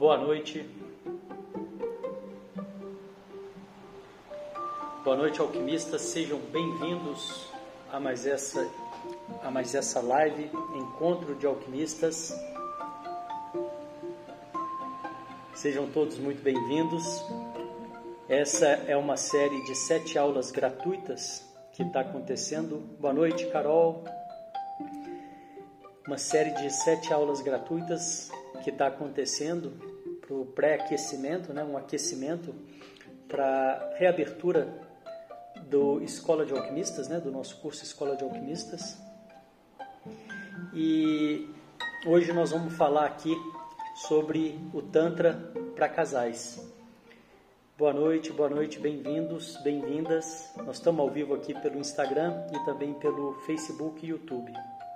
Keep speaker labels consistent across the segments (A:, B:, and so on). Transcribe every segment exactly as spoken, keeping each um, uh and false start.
A: Boa noite. Boa noite, alquimistas. Sejam bem-vindos a mais essa, a mais essa live, Encontro de Alquimistas. Sejam todos muito bem-vindos. Essa é uma série de sete aulas gratuitas que está acontecendo. Boa noite, Carol. Uma série de sete aulas gratuitas que está acontecendo para o pré-aquecimento, né? Um aquecimento para reabertura do Escola de Alquimistas, né? Do nosso curso Escola de Alquimistas. E hoje nós vamos falar aqui sobre o Tantra para casais. Boa noite, boa noite, bem-vindos, bem-vindas. Nós estamos ao vivo aqui pelo Instagram e também pelo Facebook e YouTube.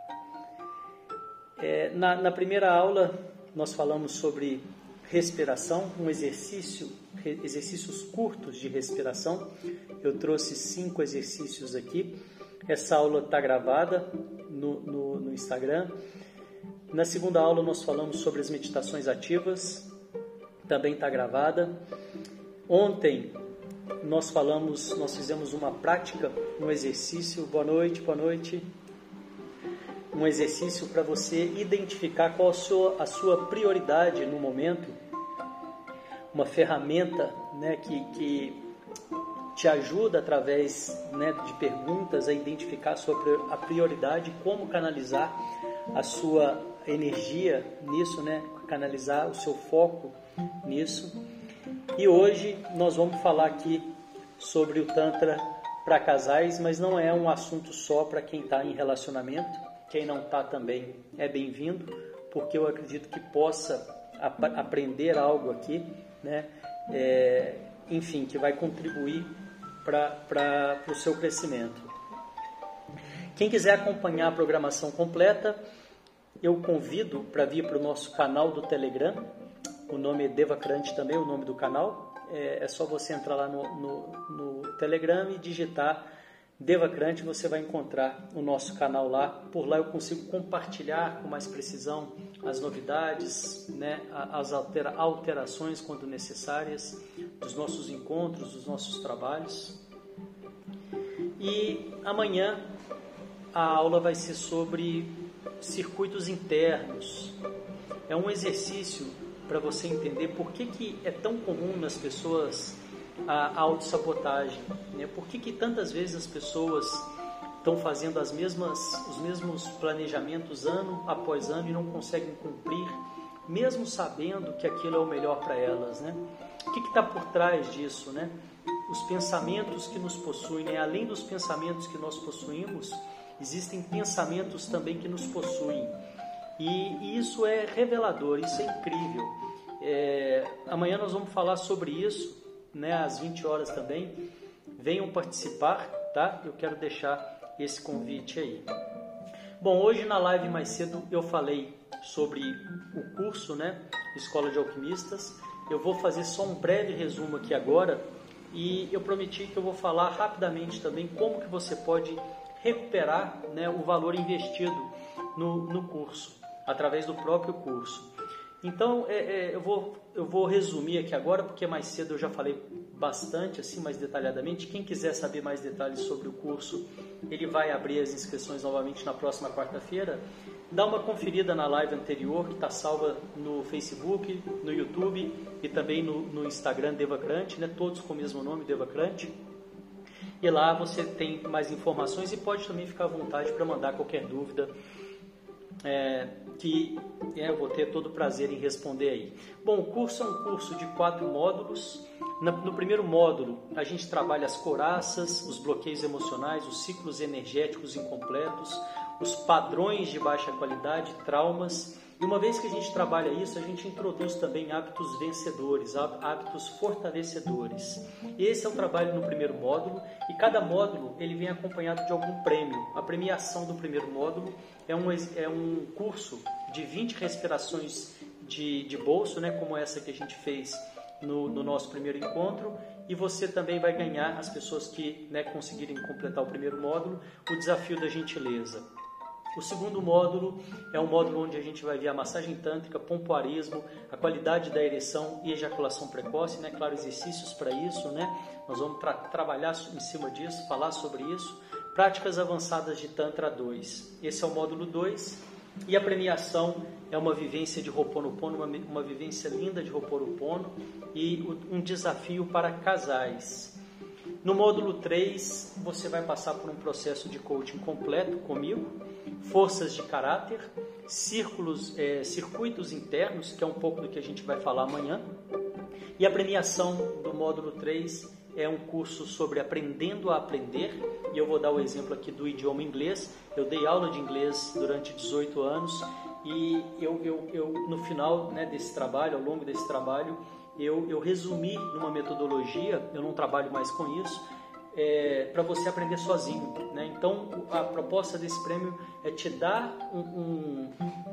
A: É, na, na primeira aula nós falamos sobre respiração, um exercício, exercícios curtos de respiração. Eu trouxe cinco exercícios aqui. Essa aula está gravada no, no, no Instagram. Na segunda aula nós falamos sobre as meditações ativas, também está gravada. Ontem nós falamos, nós fizemos uma prática, um exercício. Boa noite, boa noite. Um exercício para você identificar qual a sua, a sua prioridade no momento. Uma ferramenta, né, que, que te ajuda através, né, de perguntas a identificar a sua a prioridade, como canalizar a sua energia nisso, né, canalizar o seu foco nisso. E hoje nós vamos falar aqui sobre o Tantra para casais, mas não é um assunto só para quem está em relacionamento. Quem não está também é bem-vindo, porque eu acredito que possa ap- aprender algo aqui, né? É, enfim, que vai contribuir para o seu crescimento. Quem quiser acompanhar a programação completa, eu convido para vir para o nosso canal do Telegram. O nome é Devacrante também, o nome do canal. É, é só você entrar lá no, no, no Telegram e digitar Devacrante, você vai encontrar o nosso canal lá. Por lá eu consigo compartilhar com mais precisão as novidades, né, as altera- alterações quando necessárias, dos nossos encontros, dos nossos trabalhos. E amanhã a aula vai ser sobre circuitos internos. É um exercício para você entender por que, que é tão comum nas pessoas a autossabotagem, né? Por que, que tantas vezes as pessoas estão fazendo as mesmas, os mesmos planejamentos ano após ano e não conseguem cumprir, mesmo sabendo que aquilo é o melhor para elas, né? O que está por trás disso, né? Os pensamentos que nos possuem, né? Além dos pensamentos que nós possuímos, existem pensamentos também que nos possuem. E, e isso é revelador, isso é incrível. É, amanhã nós vamos falar sobre isso, né, às vinte horas também. Venham participar, tá? Eu quero deixar esse convite aí. Bom, hoje na live mais cedo eu falei sobre o curso, né, Escola de Alquimistas. Eu vou fazer só um breve resumo aqui agora e eu prometi que eu vou falar rapidamente também como que você pode recuperar, né, o valor investido no, no curso, através do próprio curso. Então, é, é, eu, vou, eu vou resumir aqui agora, porque mais cedo eu já falei bastante, assim, mais detalhadamente. Quem quiser saber mais detalhes sobre o curso, ele vai abrir as inscrições novamente na próxima quarta-feira. Dá uma conferida na live anterior, que está salva no Facebook, no YouTube e também no, no Instagram Devacrante, né? Todos com o mesmo nome, Devacrante. E lá você tem mais informações e pode também ficar à vontade para mandar qualquer dúvida, É, que é, eu vou ter todo o prazer em responder aí. Bom, o curso é um curso de quatro módulos. No primeiro módulo, a gente trabalha as couraças, os bloqueios emocionais, os ciclos energéticos incompletos, os padrões de baixa qualidade, traumas. E uma vez que a gente trabalha isso, a gente introduz também hábitos vencedores, hábitos fortalecedores. E esse é o trabalho no primeiro módulo, e cada módulo ele vem acompanhado de algum prêmio. A premiação do primeiro módulo é um, é um curso de vinte respirações de, de bolso, né, como essa que a gente fez no, no nosso primeiro encontro, e você também vai ganhar, as pessoas que, né, conseguirem completar o primeiro módulo, o desafio da gentileza. O segundo módulo é um módulo onde a gente vai ver a massagem tântrica, pompoarismo, a qualidade da ereção e ejaculação precoce, né? Claro, exercícios para isso, né? Nós vamos tra trabalhar em cima disso, falar sobre isso. Práticas avançadas de Tantra dois. Esse é o módulo dois. E a premiação é uma vivência de Ho'oponopono, uma, uma vivência linda de Ho'oponopono e um desafio para casais. No módulo três, você vai passar por um processo de coaching completo comigo, forças de caráter, círculos, é, circuitos internos, que é um pouco do que a gente vai falar amanhã. E a premiação do módulo três é um curso sobre aprendendo a aprender, e eu vou dar o exemplo aqui do idioma inglês. Eu dei aula de inglês durante dezoito anos e eu, eu, eu no final, né, desse trabalho, ao longo desse trabalho, eu, eu resumi numa metodologia, eu não trabalho mais com isso, é, para você aprender sozinho, né? Então, a proposta desse prêmio é te dar um, um,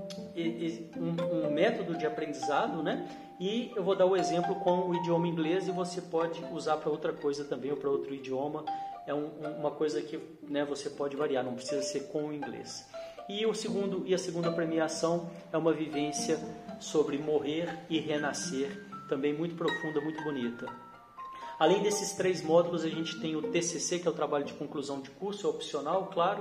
A: um, um método de aprendizado, né? E eu vou dar o exemplo com o idioma inglês e você pode usar para outra coisa também ou para outro idioma. É um, uma coisa que, né, você pode variar, não precisa ser com o inglês. E, o segundo, e a segunda premiação é uma vivência sobre morrer e renascer, também muito profunda, muito bonita. Além desses três módulos, a gente tem o T C C, que é o trabalho de conclusão de curso, é opcional, claro.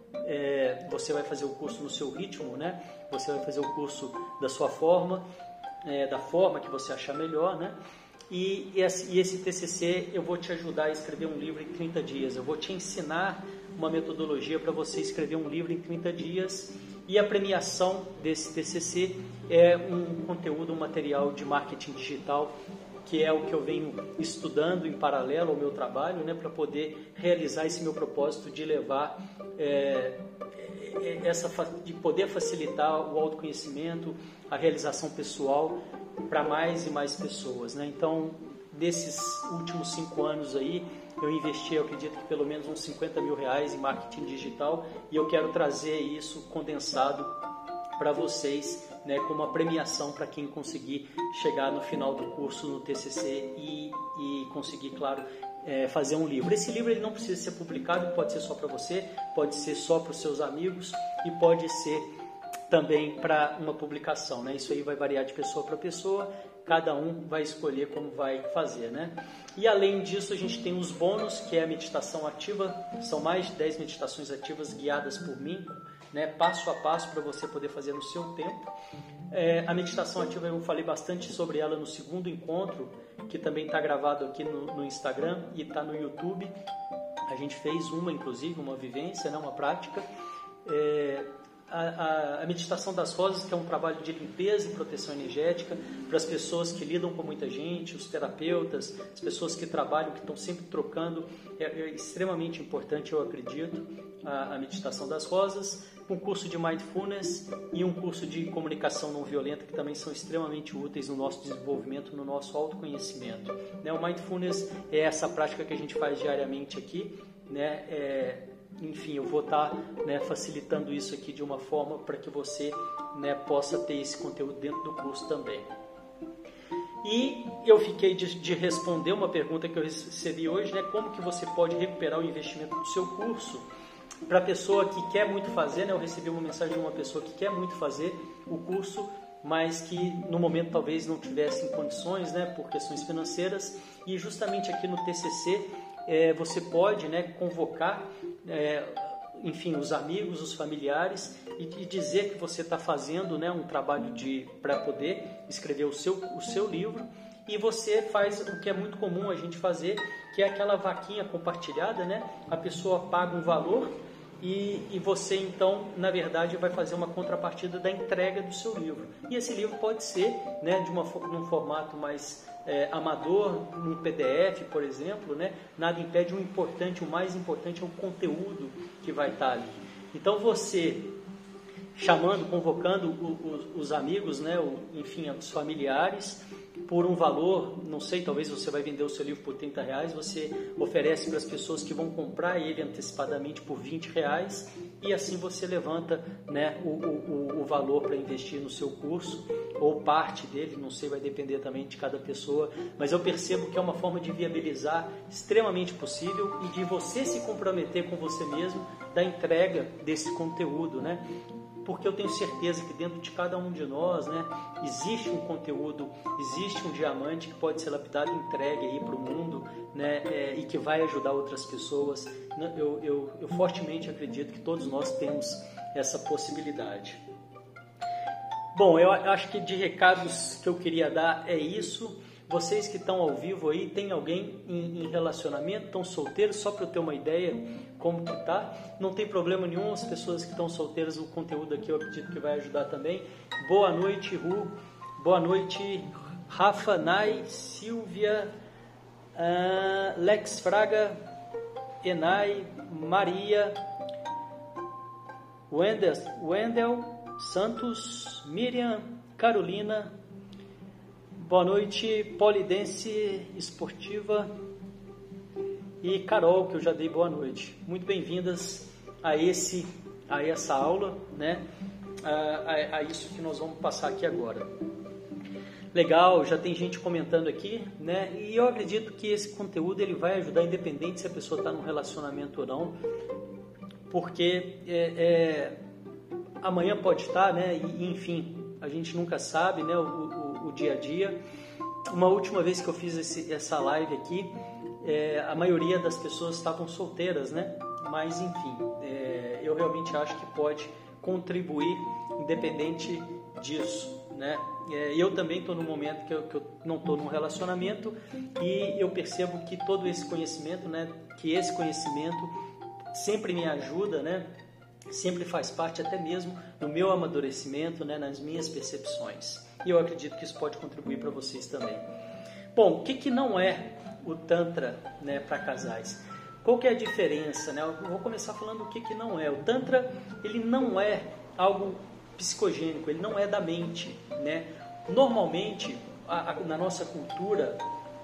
A: É, você vai fazer o curso no seu ritmo, né? Você vai fazer o curso da sua forma, é, da forma que você achar melhor, né? E esse, e esse T C C eu vou te ajudar a escrever um livro em trinta dias. Eu vou te ensinar uma metodologia para você escrever um livro em trinta dias. E a premiação desse T C C é um conteúdo, um material de marketing digital, que é o que eu venho estudando em paralelo ao meu trabalho, né, para poder realizar esse meu propósito de levar, é, essa, de poder facilitar o autoconhecimento, a realização pessoal para mais e mais pessoas, né? Então, desses últimos cinco anos aí, eu investi, eu acredito que pelo menos uns cinquenta mil reais em marketing digital, e eu quero trazer isso condensado para vocês, né, como uma premiação para quem conseguir chegar no final do curso no T C C e, e conseguir, claro, é, fazer um livro. Esse livro ele não precisa ser publicado, pode ser só para você, pode ser só para os seus amigos e pode ser também para uma publicação, né? Isso aí vai variar de pessoa para pessoa, cada um vai escolher como vai fazer, né? E além disso, a gente tem os bônus, que é a meditação ativa, são mais de dez meditações ativas guiadas por mim, né, passo a passo para você poder fazer no seu tempo. É, a meditação ativa eu falei bastante sobre ela no segundo encontro, que também está gravado aqui no, no Instagram e está no YouTube. A gente fez uma, inclusive, uma vivência, né, uma prática. É, a, a, a meditação das rosas, que é um trabalho de limpeza e proteção energética para as pessoas que lidam com muita gente, os terapeutas, as pessoas que trabalham, que estão sempre trocando. É, é extremamente importante, eu acredito, a, a meditação das rosas. Um curso de Mindfulness e um curso de comunicação não violenta, que também são extremamente úteis no nosso desenvolvimento, no nosso autoconhecimento. Né? O Mindfulness é essa prática que a gente faz diariamente aqui, né? É, enfim, eu vou estar, né, facilitando isso aqui de uma forma para que você, né, possa ter esse conteúdo dentro do curso também. E eu fiquei de, de responder uma pergunta que eu recebi hoje, né? Como que você pode recuperar o investimento do seu curso? Para a pessoa que quer muito fazer, né, eu recebi uma mensagem de uma pessoa que quer muito fazer o curso, mas que no momento talvez não tivesse condições, né, por questões financeiras, e justamente aqui no T C C é, você pode, né, convocar, é, enfim, os amigos, os familiares, e, e dizer que você está fazendo, né, um trabalho de para poder escrever o seu, o seu livro, e você faz o que é muito comum a gente fazer, que é aquela vaquinha compartilhada, né? A pessoa paga um valor e, e você, então, na verdade, vai fazer uma contrapartida da entrega do seu livro. E esse livro pode ser, né, de uma, num formato mais é, amador, num P D F, por exemplo, né? Nada impede, o importante, o mais importante é o conteúdo que vai estar ali. Então, você chamando, convocando os, os amigos, né? O, enfim, os familiares, por um valor, não sei, talvez você vai vender o seu livro por trinta reais, você oferece para as pessoas que vão comprar ele antecipadamente por vinte reais, e assim você levanta, né, o, o, o valor para investir no seu curso ou parte dele, não sei, vai depender também de cada pessoa, mas eu percebo que é uma forma de viabilizar extremamente possível e de você se comprometer com você mesmo da entrega desse conteúdo, né? Porque eu tenho certeza que dentro de cada um de nós, né, existe um conteúdo, existe um diamante que pode ser lapidado e entregue aí para o mundo, né, é, e que vai ajudar outras pessoas. Eu, eu, eu fortemente acredito que todos nós temos essa possibilidade. Bom, eu acho que de recados que eu queria dar é isso. Vocês que estão ao vivo aí, tem alguém em, em relacionamento, estão solteiros, só para eu ter uma ideia como que tá? Não tem problema nenhum, as pessoas que estão solteiras, o conteúdo aqui eu acredito que vai ajudar também. Boa noite, Ru. Boa noite, Rafa, Nai, Silvia, uh, Lex Fraga, Enai, Maria, Wendel, Wendel Santos, Miriam, Carolina. Boa noite, Polidense Esportiva e Carol, que eu já dei boa noite. Muito bem-vindas a, esse, a essa aula, né? A, a, a isso que nós vamos passar aqui agora. Legal, já tem gente comentando aqui, né? E eu acredito que esse conteúdo ele vai ajudar, independente se a pessoa está num relacionamento ou não, porque é, é, amanhã pode estar, né? E, enfim, a gente nunca sabe, né? O, o, o dia a dia. Uma última vez que eu fiz esse, essa live aqui, é, a maioria das pessoas estavam solteiras, né? Mas, enfim, é, eu realmente acho que pode contribuir, independente disso, né? É, eu também estou num momento que eu, que eu não estou num relacionamento e eu percebo que todo esse conhecimento, né? Que esse conhecimento sempre me ajuda, né? Sempre faz parte até mesmo do meu amadurecimento, né? Nas minhas percepções. E eu acredito que isso pode contribuir para vocês também. Bom, o que, que não é o Tantra, né, para casais? Qual que é a diferença, né? Eu vou começar falando o que, que não é. O Tantra, ele não é algo psicogênico, ele não é da mente, né? Normalmente, a, a, na nossa cultura,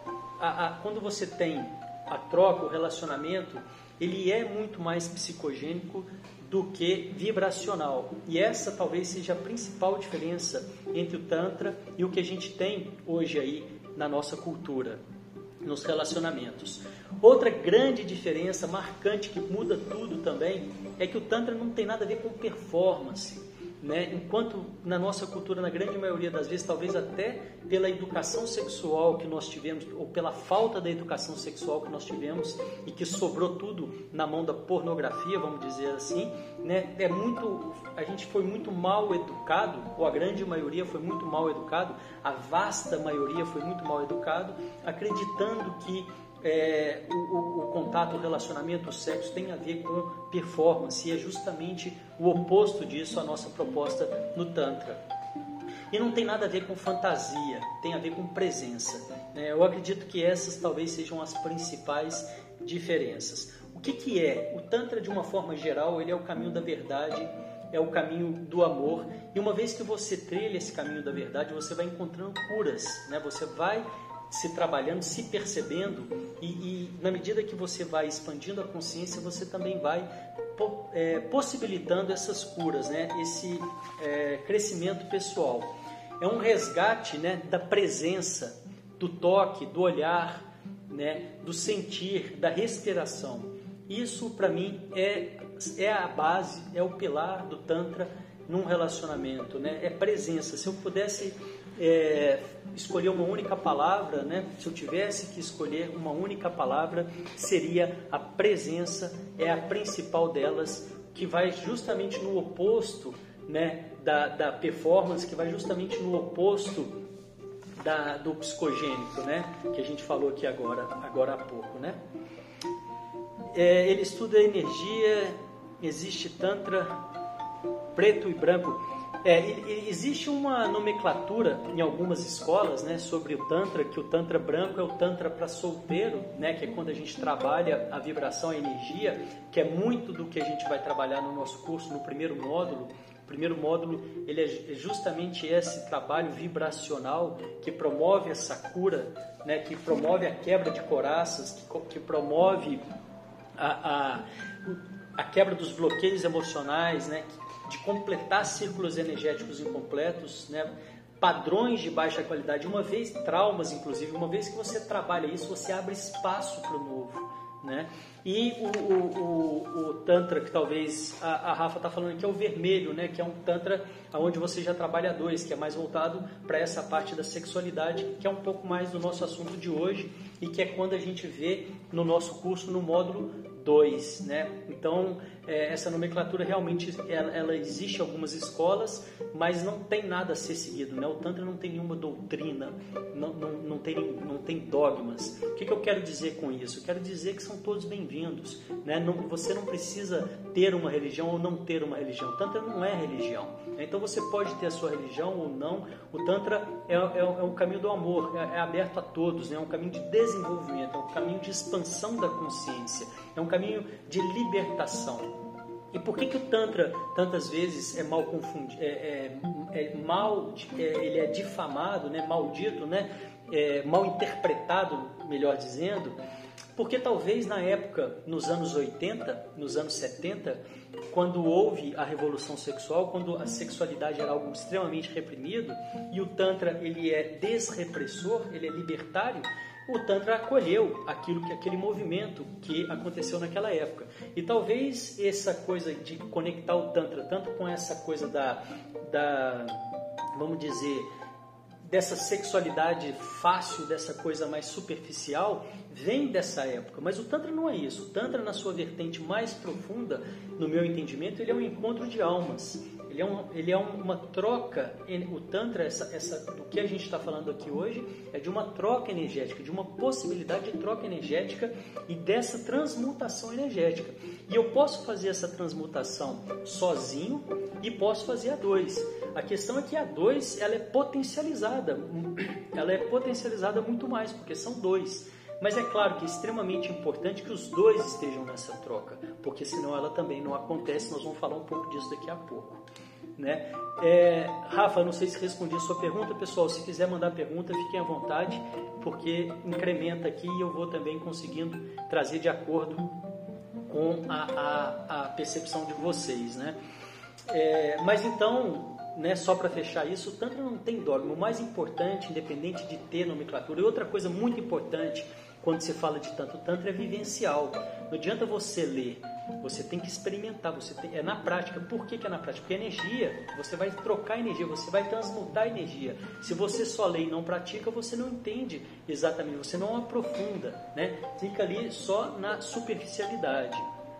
A: a, a, quando você tem a troca, o relacionamento, ele é muito mais psicogênico do que vibracional. E essa talvez seja a principal diferença entre o Tantra e o que a gente tem hoje aí na nossa cultura, nos relacionamentos. Outra grande diferença marcante que muda tudo também é que o Tantra não tem nada a ver com performance, né? Enquanto na nossa cultura, na grande maioria das vezes, talvez até pela educação sexual que nós tivemos, ou pela falta da educação sexual que nós tivemos e que sobrou tudo na mão da pornografia, vamos dizer assim, né? É muito, a gente foi muito mal educado, ou a grande maioria foi muito mal educado, a vasta maioria foi muito mal educado, acreditando que É, o, o, o contato, o relacionamento, o sexo tem a ver com performance, e é justamente o oposto disso a nossa proposta no Tantra. E não tem nada a ver com fantasia, tem a ver com presença. É, eu acredito que essas talvez sejam as principais diferenças. O que, que é? O Tantra, de uma forma geral, ele é o caminho da verdade, é o caminho do amor, e uma vez que você trilha esse caminho da verdade, você vai encontrando curas, né? Você vai se trabalhando, se percebendo e, e na medida que você vai expandindo a consciência, você também vai é, possibilitando essas curas, né? Esse é, crescimento pessoal. É um resgate, né, da presença, do toque, do olhar, né, do sentir, da respiração. Isso para mim é, é a base, é o pilar do Tantra num relacionamento, né? É presença. Se eu pudesse É, escolher uma única palavra, né? Se eu tivesse que escolher uma única palavra, seria a presença, é a principal delas, que vai justamente no oposto, né, da, da performance, que vai justamente no oposto da, do psicogênico, né, que a gente falou aqui agora, agora há pouco, né? É, ele estuda energia, existe Tantra preto e branco. É, existe uma nomenclatura em algumas escolas, né, sobre o Tantra, que o Tantra branco é o Tantra para solteiro, né, que é quando a gente trabalha a vibração, a energia, que é muito do que a gente vai trabalhar no nosso curso, no primeiro módulo. O primeiro módulo ele é justamente esse trabalho vibracional que promove essa cura, né, que promove a quebra de coraças, que, que promove a, a, a quebra dos bloqueios emocionais, né, de completar círculos energéticos incompletos, né? padrões de baixa qualidade, uma vez traumas, inclusive, uma vez que você trabalha isso, você abre espaço para o novo, né? E o, o, o, o Tantra, que talvez a, a Rafa está falando aqui, é o vermelho, né? Que é um Tantra onde você já trabalha dois, que é mais voltado para essa parte da sexualidade, que é um pouco mais do nosso assunto de hoje e que é quando a gente vê no nosso curso no módulo dois, né? Então, é, essa nomenclatura realmente, ela, ela existe em algumas escolas, mas não tem nada a ser seguido, né? O Tantra não tem nenhuma doutrina, não, não, não, tem, não tem dogmas. O que, que eu quero dizer com isso? Eu quero dizer que são todos bem-vindos, né? Não, você não precisa ter uma religião ou não ter uma religião. O Tantra não é religião, né? Então você pode ter a sua religião ou não. O Tantra é, é, é um caminho do amor, é, é aberto a todos, né? É um caminho de desenvolvimento, é um caminho de expansão da consciência, é um caminho de libertação. E por que que o Tantra tantas vezes é mal confundido, é, é, é mal, é, ele é difamado, né, maldito, né, é, mal interpretado, melhor dizendo? Porque talvez na época, nos anos oitenta, nos anos setenta, quando houve a revolução sexual, quando a sexualidade era algo extremamente reprimido e o Tantra ele é desrepressor, ele é libertário, o Tantra acolheu aquilo que, aquele movimento que aconteceu naquela época. E talvez essa coisa de conectar o Tantra tanto com essa coisa da, da vamos dizer, dessa sexualidade fácil, dessa coisa mais superficial, vem dessa época. Mas o Tantra não é isso. O Tantra, na sua vertente mais profunda, no meu entendimento, ele é um encontro de almas. Ele é, um, ele é uma troca, o Tantra, essa, essa, do que a gente está falando aqui hoje, é de uma troca energética, de uma possibilidade de troca energética e dessa transmutação energética. E eu posso fazer essa transmutação sozinho e posso fazer a dois. A questão é que a dois, ela é potencializada, ela é potencializada muito mais, porque são dois. Mas é claro que é extremamente importante que os dois estejam nessa troca, porque senão ela também não acontece. Nós vamos falar um pouco disso daqui a pouco, né? É, Rafa, não sei se respondi a sua pergunta, pessoal. Se quiser mandar pergunta, fiquem à vontade, porque incrementa aqui e eu vou também conseguindo trazer de acordo com a, a, a percepção de vocês, né? É, mas então, né, só para fechar isso, o Tantra não tem dogma. O mais importante, independente de ter nomenclatura, e outra coisa muito importante quando se fala de Tantra, o Tantra é vivencial. Não adianta você ler, você tem que experimentar, você tem, é na prática. Por que que é na prática? Porque energia, você vai trocar energia, você vai transmutar energia. Se você só lê e não pratica, você não entende exatamente, você não aprofunda, né? Fica ali só na superficialidade.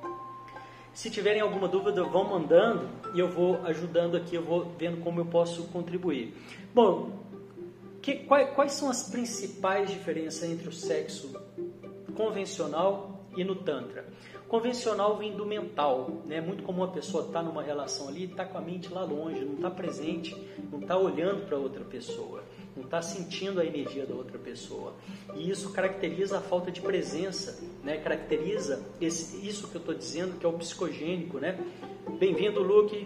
A: Se tiverem alguma dúvida, vão mandando e eu vou ajudando aqui, eu vou vendo como eu posso contribuir. Bom, que, quais, quais são as principais diferenças entre o sexo convencional e no Tantra? Convencional vem do mental, né? É muito comum a pessoa estar numa relação ali, estar com a mente lá longe, não está presente, não está olhando para outra pessoa, não está sentindo a energia da outra pessoa. E isso caracteriza a falta de presença, né? Caracteriza esse, isso que eu estou dizendo, que é o psicogênico, né? Bem-vindo, Luke.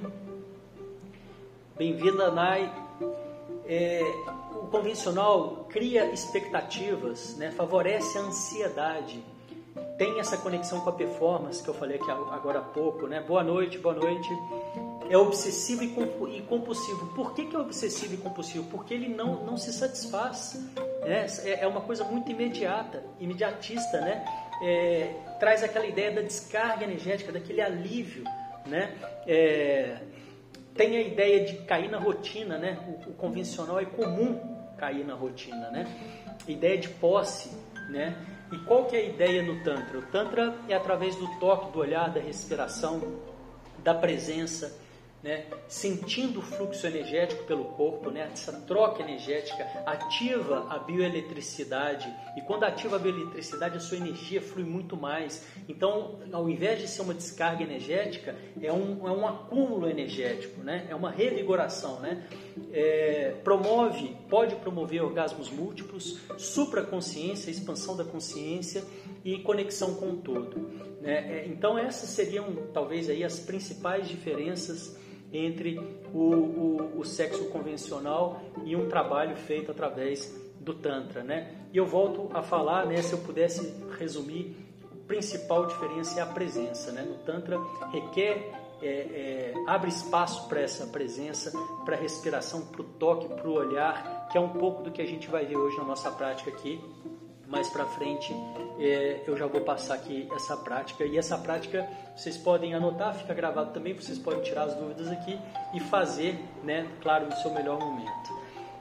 A: Bem-vinda, Nai. É, o convencional cria expectativas, né? Favorece a ansiedade. Tem essa conexão com a performance que eu falei aqui agora há pouco, né? Boa noite, boa noite. É obsessivo e compulsivo. Por que que é obsessivo e compulsivo? Porque ele não, não se satisfaz, né? É uma coisa muito imediata, imediatista, né? É, traz aquela ideia da descarga energética, daquele alívio, né? É, tem a ideia de cair na rotina, né? O, o convencional é comum cair na rotina, né? Ideia de posse, né? E qual que é a ideia no Tantra? O Tantra é através do toque, do olhar, da respiração, da presença, né? Sentindo o fluxo energético pelo corpo, né? Essa troca energética ativa a bioeletricidade, e quando ativa a bioeletricidade, a sua energia flui muito mais. Então, ao invés de ser uma descarga energética, é um, é um acúmulo energético, né? É uma revigoração, né? É, promove, pode promover orgasmos múltiplos, supraconsciência, expansão da consciência e conexão com o todo, né? É, então essas seriam talvez aí as principais diferenças entre o, o, o sexo convencional e um trabalho feito através do Tantra, né? E eu volto a falar, né, se eu pudesse resumir, a principal diferença é a presença, né? No Tantra requer é, é, abre espaço para essa presença, para a respiração, para o toque, para o olhar, que é um pouco do que a gente vai ver hoje na nossa prática aqui. Mais para frente é, eu já vou passar aqui essa prática, e essa prática vocês podem anotar, fica gravado também, vocês podem tirar as dúvidas aqui e fazer, né, claro, no seu melhor momento.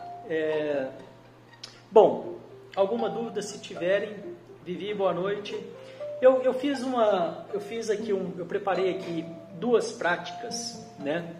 A: É, bom, alguma dúvida se tiverem? Vivi, boa noite. Eu, eu fiz uma, eu fiz aqui um, eu preparei aqui duas práticas, né,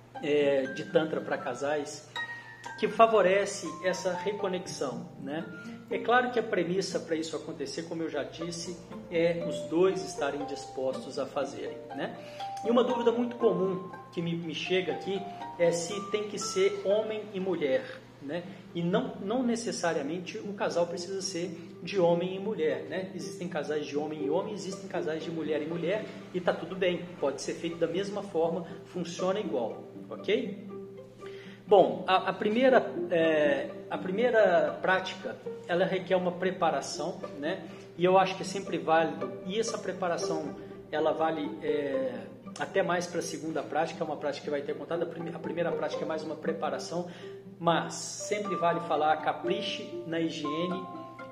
A: é, de Tantra para casais, que favorece essa reconexão, né? É claro que a premissa para isso acontecer, como eu já disse, é os dois estarem dispostos a fazerem, né? E uma dúvida muito comum que me, me chega aqui é se tem que ser homem e mulher, né? E não, não necessariamente o casal precisa ser de homem e mulher, né? Existem casais de homem e homem, existem casais de mulher e mulher, e está tudo bem, pode ser feito da mesma forma, funciona igual, ok? Bom, a, a, primeira, é, a primeira prática, ela requer uma preparação, né? E eu acho que é sempre válido, e essa preparação, ela vale é, até mais para a segunda prática, é uma prática que vai ter contado, a, prime, a primeira prática é mais uma preparação, mas sempre vale falar, capriche na higiene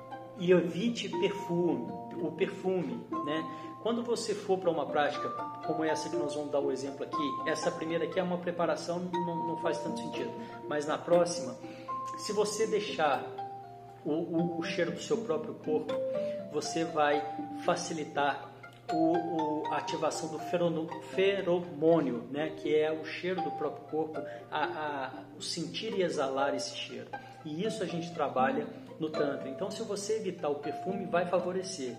A: e evite perfume, o perfume, né? Quando você for para uma prática como essa que nós vamos dar o exemplo aqui, essa primeira aqui é uma preparação, não, não faz tanto sentido, mas na próxima, se você deixar o, o, o cheiro do seu próprio corpo, você vai facilitar o, o, a ativação do feromônio, né, que é o cheiro do próprio corpo, a, a, o sentir e exalar esse cheiro. E isso a gente trabalha no Tantra. Então, se você evitar o perfume, vai favorecer.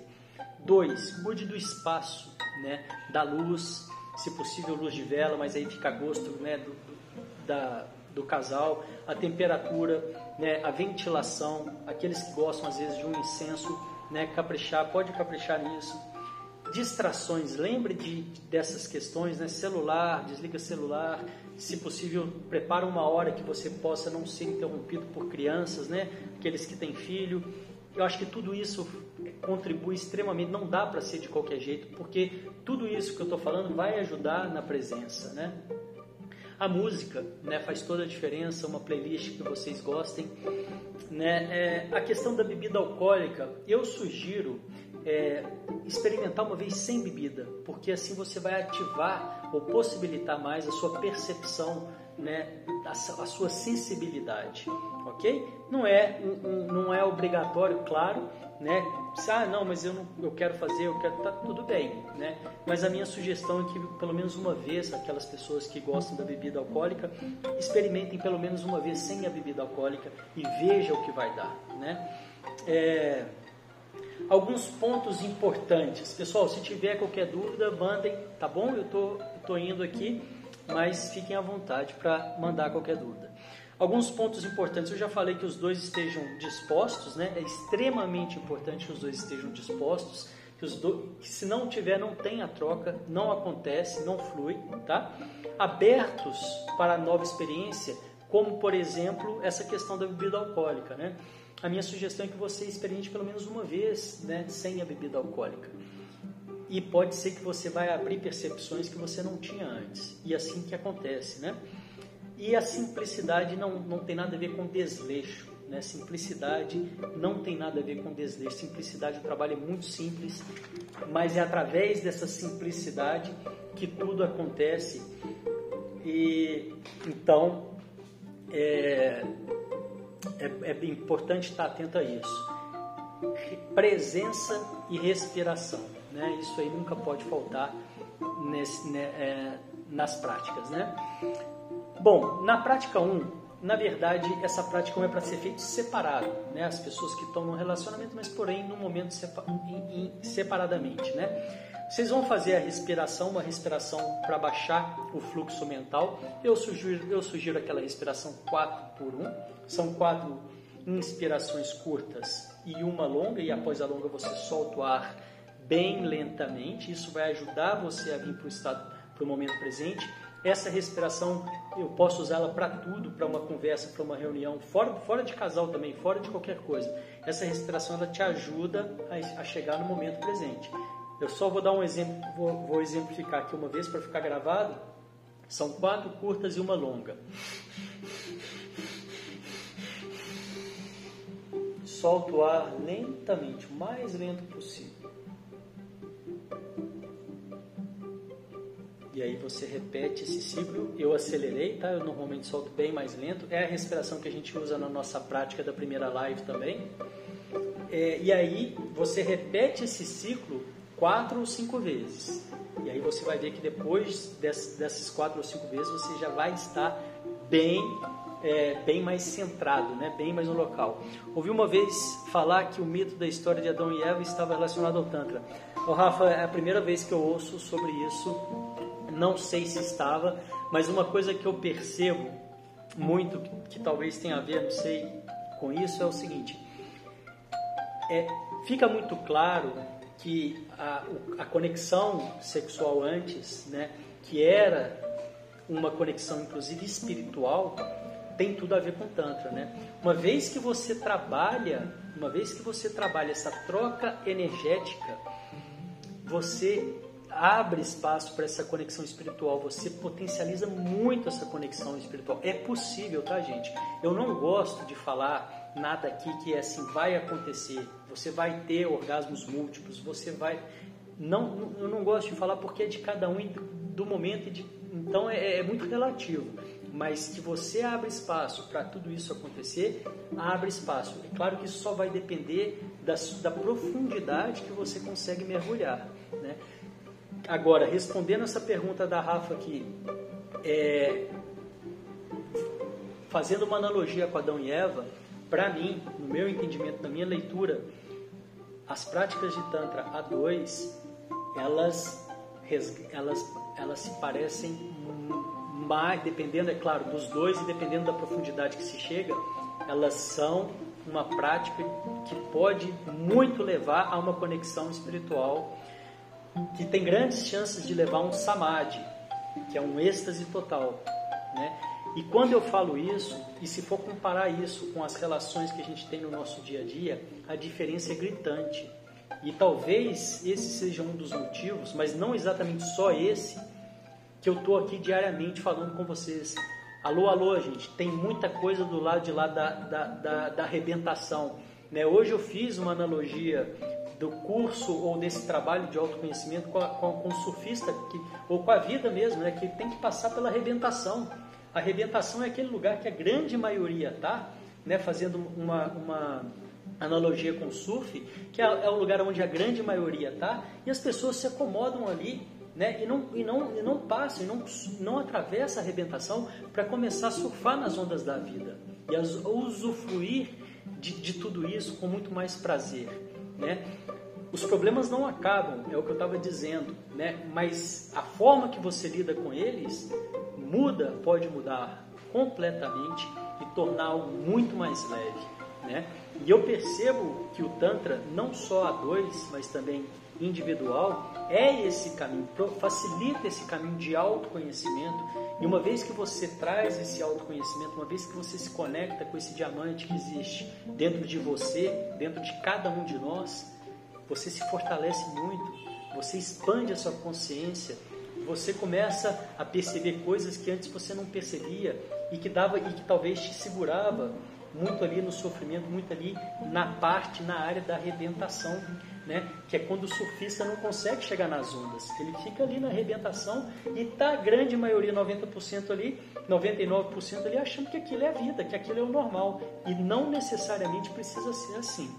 A: Dois, mude do espaço, né, da luz, se possível luz de vela, mas aí fica a gosto, né, do, do, da, do casal, a temperatura, né, a ventilação, aqueles que gostam às vezes de um incenso, né, caprichar, pode caprichar nisso. Distrações, lembre de, dessas questões, né, celular, desliga celular, se possível prepara uma hora que você possa não ser interrompido por crianças, né, aqueles que têm filho. Eu acho que tudo isso contribui extremamente, não dá para ser de qualquer jeito, porque tudo isso que eu estou falando vai ajudar na presença, né? A música, né, faz toda a diferença, uma playlist que vocês gostem, né? É, a questão da bebida alcoólica, eu sugiro é, experimentar uma vez sem bebida, porque assim você vai ativar ou possibilitar mais a sua percepção, né, a, a sua sensibilidade, ok? Não é, um, um, não é obrigatório, claro, né? Ah, não, mas eu, não, eu quero fazer, eu quero, tá tudo bem, né? Mas a minha sugestão é que pelo menos uma vez, aquelas pessoas que gostam da bebida alcoólica, experimentem pelo menos uma vez sem a bebida alcoólica e vejam o que vai dar, né? É, alguns pontos importantes, pessoal, se tiver qualquer dúvida, mandem, tá bom? Eu tô, eu tô indo aqui, mas fiquem à vontade para mandar qualquer dúvida. Alguns pontos importantes, eu já falei que os dois estejam dispostos, né? É extremamente importante que os dois estejam dispostos, que, os do... que se não tiver, não tem a troca, não acontece, não flui, tá? Abertos para a nova experiência, como, por exemplo, essa questão da bebida alcoólica, né? A minha sugestão é que você experimente pelo menos uma vez, né, sem a bebida alcoólica. E pode ser que você vai abrir percepções que você não tinha antes. E assim que acontece, né? E a simplicidade não, não tem nada a ver com desleixo, né? Simplicidade não tem nada a ver com desleixo. Simplicidade, o trabalho é muito simples, mas é através dessa simplicidade que tudo acontece. E então é, é, é importante estar atento a isso. Presença e respiração, né? Isso aí nunca pode faltar nesse, né, é, nas práticas, né? Bom, na prática um, na verdade, essa prática um é para ser feita separado, né? As pessoas que estão no relacionamento, mas porém no momento separ, em, em, separadamente, né? Vocês vão fazer a respiração, uma respiração para baixar o fluxo mental. Eu sugiro, eu sugiro aquela respiração quatro por um. São quatro inspirações curtas e uma longa, e após a longa você solta o ar bem lentamente. Isso vai ajudar você a vir para o estado, para o momento presente. Essa respiração eu posso usá-la para tudo, para uma conversa, para uma reunião, fora, fora de casal também, fora de qualquer coisa. Essa respiração ela te ajuda a, a chegar no momento presente. Eu só vou dar um exemplo, vou, vou exemplificar aqui uma vez para ficar gravado. São quatro curtas e uma longa. Solta o ar lentamente, o mais lento possível. E aí você repete esse ciclo. Eu acelerei, tá? Eu normalmente solto bem mais lento. É a respiração que a gente usa na nossa prática da primeira live também. É, e aí você repete esse ciclo quatro ou cinco vezes. E aí você vai ver que depois dessas, dessas quatro ou cinco vezes você já vai estar bem, é, bem mais centrado, né? Bem mais no local. Ouvi uma vez falar que o mito da história de Adão e Eva estava relacionado ao Tantra. Ô, Rafa, é a primeira vez que eu ouço sobre isso. Não sei se estava, mas uma coisa que eu percebo muito, que, que talvez tenha a ver, não sei, com isso, é o seguinte. É, fica muito claro que a, a conexão sexual antes, né, que era uma conexão inclusive espiritual, tem tudo a ver com Tantra, né? Uma vez que você trabalha, uma vez que você trabalha essa troca energética, você abre espaço para essa conexão espiritual, você potencializa muito essa conexão espiritual. É possível, tá, gente? Eu não gosto de falar nada aqui que é assim, vai acontecer, você vai ter orgasmos múltiplos, você vai... Não, eu não gosto de falar porque é de cada um, do momento, e de... então é, é muito relativo. Mas que você abre espaço para tudo isso acontecer, abre espaço. É claro que isso só vai depender da, da profundidade que você consegue mergulhar, né? Agora, respondendo essa pergunta da Rafa aqui, é, fazendo uma analogia com Adão e Eva, para mim, no meu entendimento, na minha leitura, as práticas de Tantra A dois, elas, elas, elas se parecem mais, dependendo, é claro, dos dois e dependendo da profundidade que se chega, elas são uma prática que pode muito levar a uma conexão espiritual, que tem grandes chances de levar a um samadhi, que é um êxtase total, né? E quando eu falo isso, e se for comparar isso com as relações que a gente tem no nosso dia a dia, a diferença é gritante. E talvez esse seja um dos motivos, mas não exatamente só esse, que eu estou aqui diariamente falando com vocês. Alô, alô, gente, tem muita coisa do lado de lá da, da, da, da arrebentação, né? Hoje eu fiz uma analogia do curso ou desse trabalho de autoconhecimento com, a, com, com o surfista, que, ou com a vida mesmo, né? Que tem que passar pela arrebentação. A arrebentação é aquele lugar que a grande maioria está, né? Fazendo uma, uma analogia com o surf, que é, é o lugar onde a grande maioria está, e as pessoas se acomodam ali, né? E não, e não, e não passam, e não, não atravessam a arrebentação para começar a surfar nas ondas da vida e a usufruir de, de tudo isso com muito mais prazer, né? Os problemas não acabam, é o que eu estava dizendo, né? Mas a forma que você lida com eles muda, pode mudar completamente e tornar algo muito mais leve, né? E eu percebo que o Tantra, não só a dois, mas também individual, é esse caminho, facilita esse caminho de autoconhecimento. E uma vez que você traz esse autoconhecimento, uma vez que você se conecta com esse diamante que existe dentro de você, dentro de cada um de nós, você se fortalece muito, você expande a sua consciência, você começa a perceber coisas que antes você não percebia e que dava e que talvez te segurava muito ali no sofrimento, muito ali na parte, na área da arrebentação, né? Que é quando o surfista não consegue chegar nas ondas, ele fica ali na arrebentação e tá a grande maioria, noventa por cento ali, noventa e nove por cento ali, achando que aquilo é a vida, que aquilo é o normal, e não necessariamente precisa ser assim.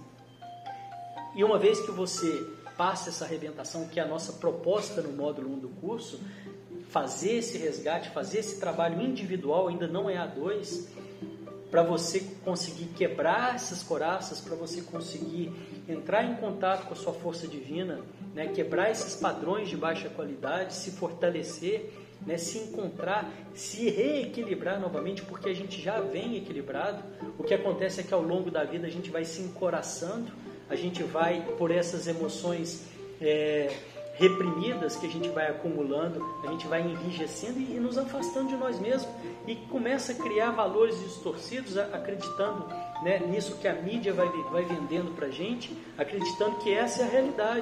A: E uma vez que você passa essa arrebentação, que é a nossa proposta no módulo um do curso, fazer esse resgate, fazer esse trabalho individual, ainda não é A dois, para você conseguir quebrar essas coraças, para você conseguir entrar em contato com a sua força divina, né? Quebrar esses padrões de baixa qualidade, se fortalecer, né? Se encontrar, se reequilibrar novamente, porque a gente já vem equilibrado. O que acontece é que ao longo da vida a gente vai se encoraçando, a gente vai, por essas emoções é, reprimidas que a gente vai acumulando, a gente vai enrijecendo e, e nos afastando de nós mesmos, e começa a criar valores distorcidos, acreditando, né, nisso que a mídia vai, vai vendendo pra gente, acreditando que essa é a realidade.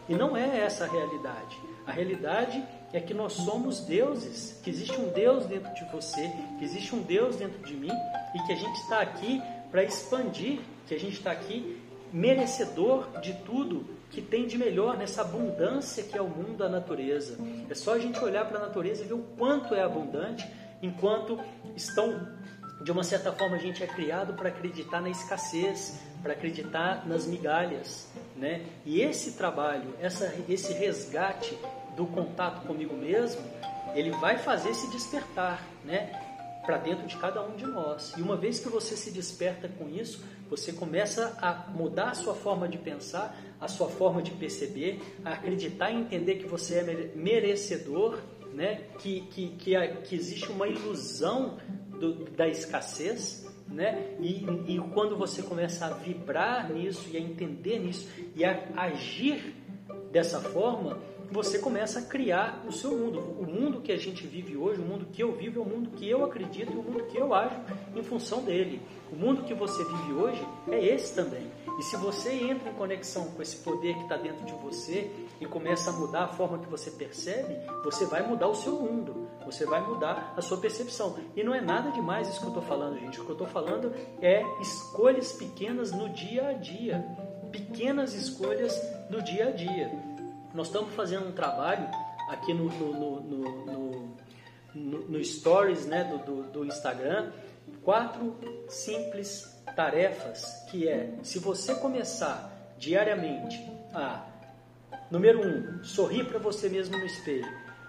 A: E não é essa a realidade. A realidade é que nós somos deuses, que existe um Deus dentro de você, que existe um Deus dentro de mim e que a gente está aqui para expandir, que a gente está aqui merecedor de tudo que tem de melhor nessa abundância que é o mundo da natureza. É só a gente olhar para a natureza e ver o quanto é abundante, enquanto estão, de uma certa forma, a gente é criado para acreditar na escassez, para acreditar nas migalhas, né? E esse trabalho, essa, esse resgate do contato comigo mesmo, ele vai fazer se despertar, né, para dentro de cada um de nós. E uma vez que você se desperta com isso, você começa a mudar a sua forma de pensar, a sua forma de perceber, a acreditar e entender que você é merecedor, né, que, que, que, que existe uma ilusão do, da escassez, né, e, e quando você começa a vibrar nisso e a entender nisso e a agir dessa forma, você começa a criar o seu mundo. O mundo que a gente vive hoje, o mundo que eu vivo, é o mundo que eu acredito e o mundo que eu ajo em função dele. O mundo que você vive hoje é esse também. E se você entra em conexão com esse poder que está dentro de você e começa a mudar a forma que você percebe, você vai mudar o seu mundo. Você vai mudar a sua percepção. E não é nada demais isso que eu estou falando, gente. O que eu estou falando é escolhas pequenas no dia a dia. Pequenas escolhas no dia a dia. Nós estamos fazendo um trabalho aqui no, no, no, no, no, no Stories, né, do, do, do Instagram, quatro simples tarefas, que é, se você começar diariamente a, número um, sorrir para você mesmo no espelho,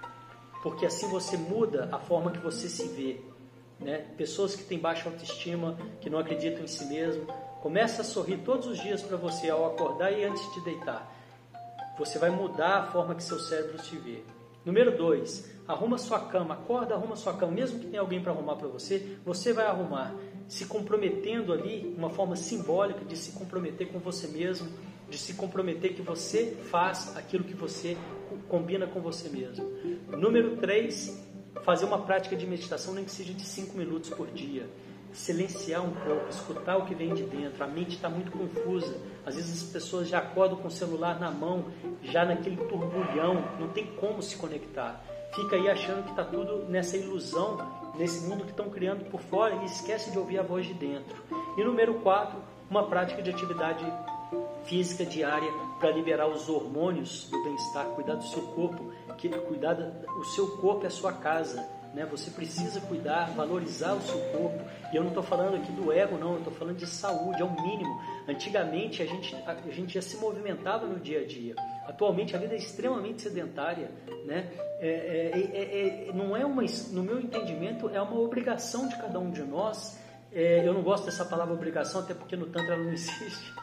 A: porque assim você muda a forma que você se vê, né? Pessoas que têm baixa autoestima, que não acreditam em si mesmo, começa a sorrir todos os dias para você ao acordar e antes de deitar. Você vai mudar a forma que seu cérebro te vê. Número dois, arruma sua cama, acorda, arruma sua cama. Mesmo que tenha alguém para arrumar para você, você vai arrumar, se comprometendo ali, uma forma simbólica de se comprometer com você mesmo, de se comprometer que você faz aquilo que você combina com você mesmo. Número três, fazer uma prática de meditação, nem que seja de cinco minutos por dia. Silenciar um pouco, escutar o que vem de dentro. A mente está muito confusa. Às vezes as pessoas já acordam com o celular na mão, já naquele turbulhão, não tem como se conectar. Fica aí achando que está tudo nessa ilusão, nesse mundo que estão criando por fora e esquece de ouvir a voz de dentro. E número quatro, uma prática de atividade física diária para liberar os hormônios do bem-estar, cuidar do seu corpo, que cuidar do seu corpo é a sua casa. Né? Você precisa cuidar, valorizar o seu corpo. E eu não estou falando aqui do ego, não. Eu estou falando de saúde, é o mínimo. Antigamente a gente, a, a gente já se movimentava no dia a dia. Atualmente a vida é extremamente sedentária. Né? É, é, é, é, não é uma, no meu entendimento, é uma obrigação de cada um de nós. É, eu não gosto dessa palavra obrigação, até porque no Tantra ela não existe.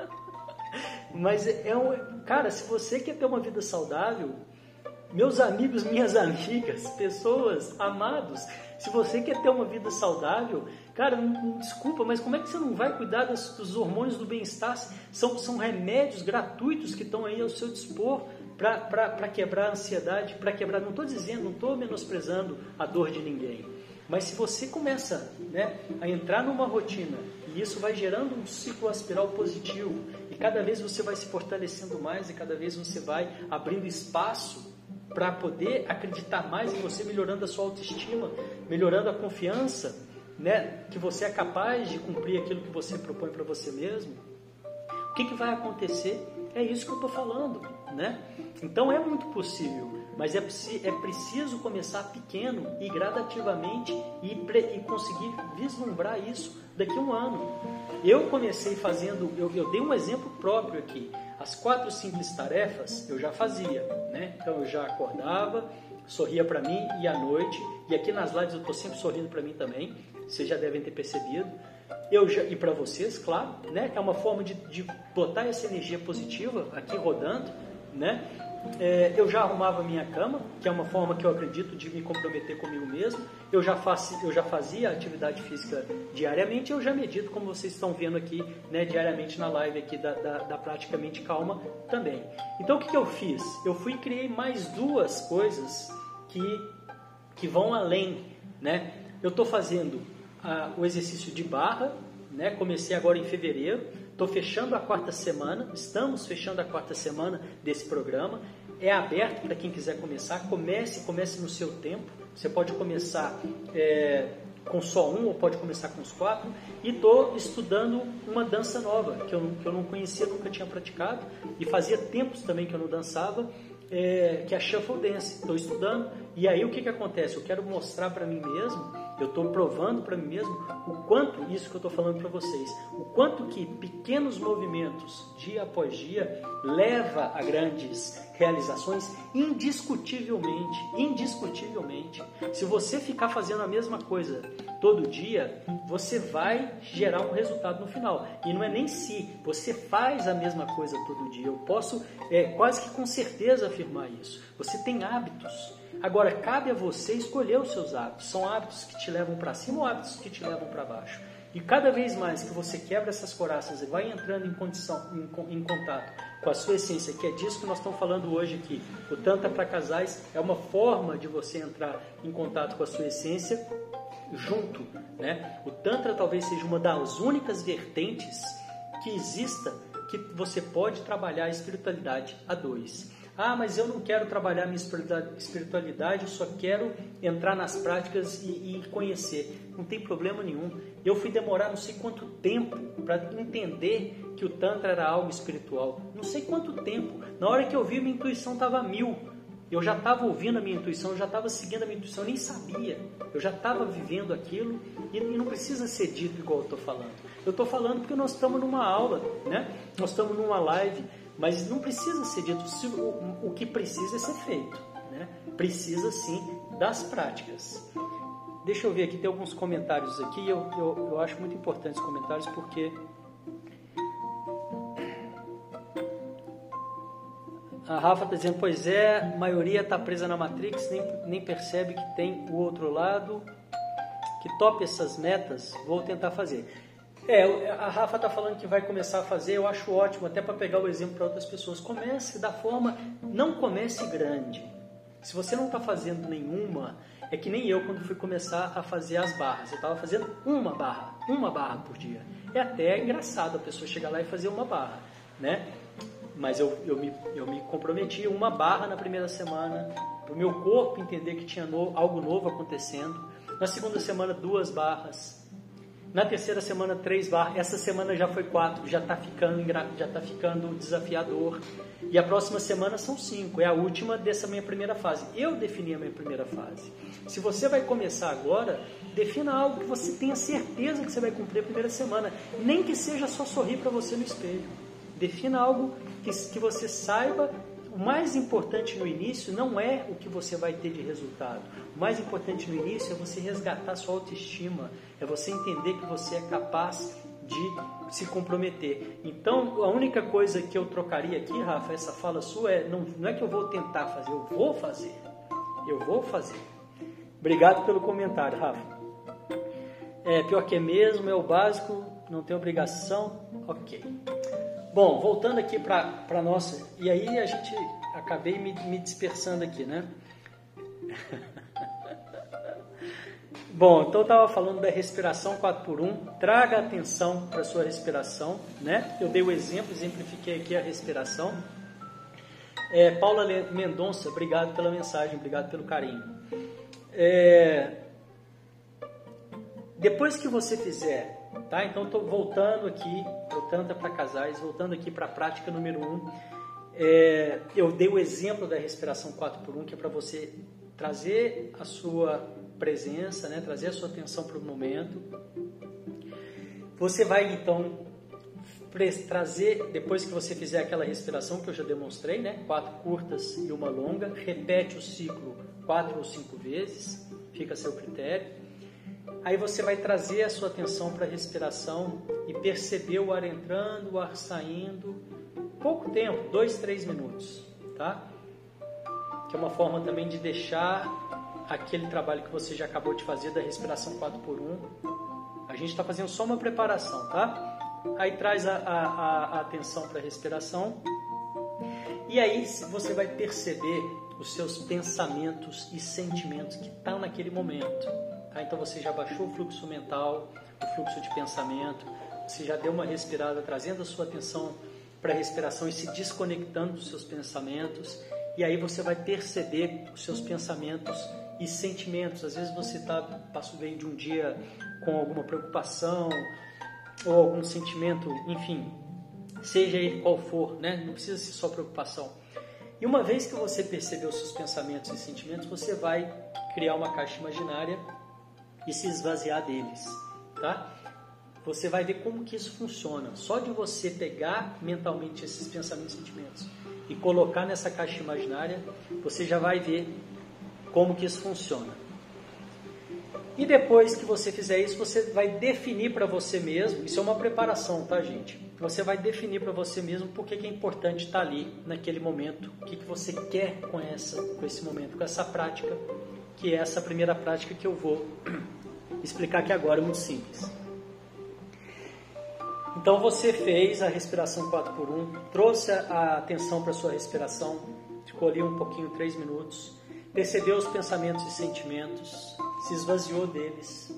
A: Mas, é, é um, cara, se você quer ter uma vida saudável... Meus amigos, minhas amigas, pessoas, amados, se você quer ter uma vida saudável, cara, não, não, desculpa, mas como é que você não vai cuidar das, dos hormônios do bem-estar? São, são remédios gratuitos que estão aí ao seu dispor para quebrar a ansiedade, para quebrar, não estou dizendo, não estou menosprezando a dor de ninguém, mas se você começa, né, a entrar numa rotina e isso vai gerando um ciclo espiral positivo e cada vez você vai se fortalecendo mais e cada vez você vai abrindo espaço para poder acreditar mais em você, melhorando a sua autoestima, melhorando a confiança, né, que você é capaz de cumprir aquilo que você propõe para você mesmo. O que, que vai acontecer? É isso que eu estou falando, né? Então é muito possível, mas é, é preciso começar pequeno e gradativamente e, e conseguir vislumbrar isso daqui a um ano. Eu comecei fazendo, eu, eu dei um exemplo próprio aqui. As quatro simples tarefas eu já fazia, né? Então eu já acordava, sorria para mim e à noite, e aqui nas lives eu estou sempre sorrindo para mim também, vocês já devem ter percebido. Eu já, e para vocês, claro, né? É uma forma de, de botar essa energia positiva aqui rodando, né? É, eu já arrumava a minha cama, que é uma forma que eu acredito de me comprometer comigo mesmo. Eu já, faço, eu já fazia atividade física diariamente, eu já medito, como vocês estão vendo aqui, né, diariamente na live aqui da, da, da Praticamente Calma também. Então o que, que eu fiz? Eu fui e criei mais duas coisas que, que vão além, né? Eu estou fazendo ah, o exercício de barra, né? Comecei agora em fevereiro, Estou fechando a quarta semana, estamos fechando a quarta semana desse programa. É aberto para quem quiser começar. Comece, comece no seu tempo. Você pode começar é, com só um ou pode começar com os quatro. E estou estudando uma dança nova que eu, que eu não conhecia, nunca tinha praticado. E fazia tempos também que eu não dançava, é, que é a Shuffle Dance. Estou estudando. E aí o que, que acontece? Eu quero mostrar para mim mesmo, eu estou provando para mim mesmo o quanto, isso que eu estou falando para vocês, o quanto que pequenos movimentos, dia após dia, leva a grandes realizações, indiscutivelmente, indiscutivelmente. Se você ficar fazendo a mesma coisa todo dia, você vai gerar um resultado no final. E não é nem se, você faz a mesma coisa todo dia. Eu posso é, quase que com certeza afirmar isso. Você tem hábitos. Agora, cabe a você escolher os seus hábitos. São hábitos que te levam para cima ou hábitos que te levam para baixo. E cada vez mais que você quebra essas coraças e vai entrando em, condição, em, em contato com a sua essência, que é disso que nós estamos falando hoje aqui. O Tantra para casais é uma forma de você entrar em contato com a sua essência junto, né? O Tantra talvez seja uma das únicas vertentes que exista que você pode trabalhar a espiritualidade a dois. Ah, mas eu não quero trabalhar minha espiritualidade, eu só quero entrar nas práticas e, e conhecer. Não tem problema nenhum. Eu fui demorar não sei quanto tempo para entender que o Tantra era algo espiritual. Não sei quanto tempo. Na hora que eu vi, minha intuição estava mil. Eu já estava ouvindo a minha intuição, eu já estava seguindo a minha intuição, eu nem sabia. Eu já estava vivendo aquilo e, e não precisa ser dito igual eu estou falando. Eu estou falando porque nós estamos numa aula, né? Nós estamos numa live. Mas não precisa ser dito, o, o que precisa é ser feito, né? Precisa sim das práticas. Deixa eu ver aqui, tem alguns comentários aqui, eu, eu, eu acho muito importantes os comentários porque a Rafa está dizendo, pois é, a maioria está presa na Matrix, nem, nem percebe que tem o outro lado, que tope essas metas, vou tentar fazer. É, a Rafa está falando que vai começar a fazer, eu acho ótimo, até para pegar o exemplo para outras pessoas. Comece da forma, não comece grande. Se você não está fazendo nenhuma, é que nem eu quando fui começar a fazer as barras. Eu estava fazendo uma barra, uma barra por dia. É até engraçado a pessoa chegar lá e fazer uma barra, né? Mas eu, eu, me, eu me comprometi uma barra na primeira semana, para o meu corpo entender que tinha no, algo novo acontecendo. Na segunda semana, duas barras. Na terceira semana, três barras. Essa semana já foi quatro, já está ficando, já tá ficando desafiador. E a próxima semana são cinco, é a última dessa minha primeira fase. Eu defini a minha primeira fase. Se você vai começar agora, defina algo que você tenha certeza que você vai cumprir a primeira semana. Nem que seja só sorrir para você no espelho. Defina algo que, que você saiba. O mais importante no início não é o que você vai ter de resultado. O mais importante no início é você resgatar sua autoestima, é você entender que você é capaz de se comprometer. Então, a única coisa que eu trocaria aqui, Rafa, essa fala sua, é não, não é que eu vou tentar fazer, eu vou fazer. Eu vou fazer. Obrigado pelo comentário, Rafa. É, pior que é mesmo, é o básico, não tem obrigação. Ok. Bom, voltando aqui para a nossa... E aí a gente... Acabei me, me dispersando aqui, né? Bom, então eu estava falando da respiração quatro por um. Traga atenção para a sua respiração, né? Eu dei o exemplo, exemplifiquei aqui a respiração. É, Paula Mendonça, obrigado pela mensagem, obrigado pelo carinho. É, depois que você fizer... Tá? Então estou voltando aqui para o Tantra para casais, voltando aqui para a prática número um. É, eu dei o exemplo da respiração quatro por um, que é para você trazer a sua presença, né? Trazer a sua atenção para o momento. Você vai então trazer, depois que você fizer aquela respiração que eu já demonstrei, né? Quatro curtas e uma longa, repete o ciclo quatro ou cinco vezes, fica a seu critério. Aí você vai trazer a sua atenção para a respiração e perceber o ar entrando, o ar saindo. Pouco tempo, dois, três minutos, tá? Que é uma forma também de deixar aquele trabalho que você já acabou de fazer da respiração quatro por um. A gente está fazendo só uma preparação, tá? Aí traz a, a, a atenção para a respiração. E aí você vai perceber os seus pensamentos e sentimentos que estão naquele momento. Então você já baixou o fluxo mental, o fluxo de pensamento, você já deu uma respirada, trazendo a sua atenção para a respiração e se desconectando dos seus pensamentos. E aí você vai perceber os seus pensamentos e sentimentos. Às vezes você tá, passa bem de um dia com alguma preocupação ou algum sentimento, enfim, seja ele qual for, né? Não precisa ser só preocupação. E uma vez que você percebeu os seus pensamentos e sentimentos, você vai criar uma caixa imaginária e se esvaziar deles, tá? Você vai ver como que isso funciona. Só de você pegar mentalmente esses pensamentos e sentimentos e colocar nessa caixa imaginária, você já vai ver como que isso funciona. E depois que você fizer isso, você vai definir para você mesmo, isso é uma preparação, tá, gente? Você vai definir para você mesmo por que que é importante estar ali naquele momento, o que que você quer com, essa, com esse momento, com essa prática, que é essa primeira prática que eu vou explicar aqui agora, é muito simples. Então você fez a respiração quatro por um, trouxe a atenção para a sua respiração, ficou ali um pouquinho, três minutos, percebeu os pensamentos e sentimentos, se esvaziou deles,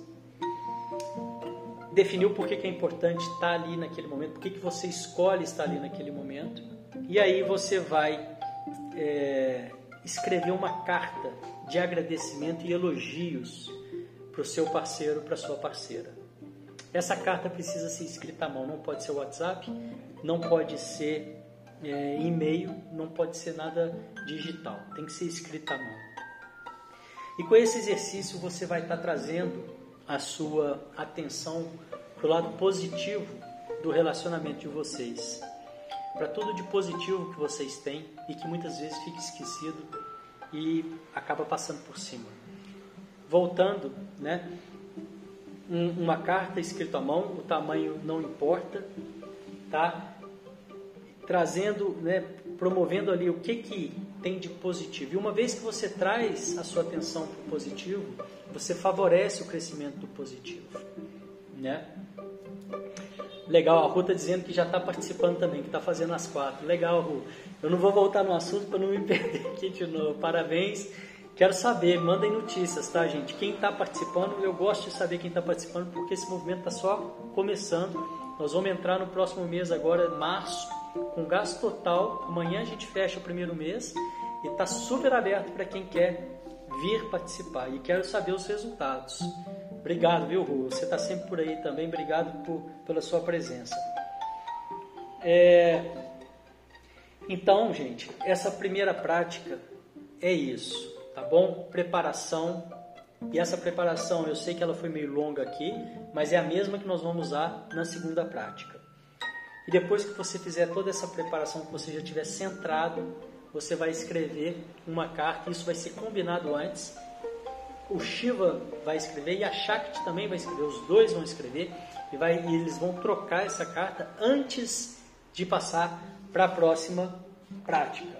A: definiu por que que é importante estar ali naquele momento, por que que você escolhe estar ali naquele momento, e aí você vai é, escrever uma carta de agradecimento e elogios para o seu parceiro, para a sua parceira. Essa carta precisa ser escrita à mão, não pode ser WhatsApp, não pode ser é, e-mail, não pode ser nada digital, tem que ser escrita à mão. E com esse exercício você vai estar trazendo a sua atenção para o lado positivo do relacionamento de vocês, para tudo de positivo que vocês têm e que muitas vezes fica esquecido e acaba passando por cima. Voltando, né? Uma carta escrita à mão, o tamanho não importa, tá? Trazendo, né, promovendo ali o que que tem de positivo. E uma vez que você traz a sua atenção para o positivo, você favorece o crescimento do positivo, né? Legal, a Ru está dizendo que já está participando também, que está fazendo as quatro. Legal, Ru. Eu não vou voltar no assunto para não me perder aqui de novo. Parabéns. Quero saber, mandem notícias, tá, gente? Quem está participando, eu gosto de saber quem está participando, porque esse movimento está só começando. Nós vamos entrar no próximo mês agora, março, com gasto total. Amanhã a gente fecha o primeiro mês e está super aberto para quem quer vir participar. E quero saber os resultados. Obrigado, viu, Ru? Você está sempre por aí também. Obrigado por, pela sua presença. É... Então, gente, essa primeira prática é isso. Tá bom? Preparação. E essa preparação, eu sei que ela foi meio longa aqui, mas é a mesma que nós vamos usar na segunda prática. E depois que você fizer toda essa preparação, que você já tiver centrado, você vai escrever uma carta. Isso vai ser combinado antes. O Shiva vai escrever e a Shakti também vai escrever. Os dois vão escrever e, vai, e eles vão trocar essa carta antes de passar para a próxima prática.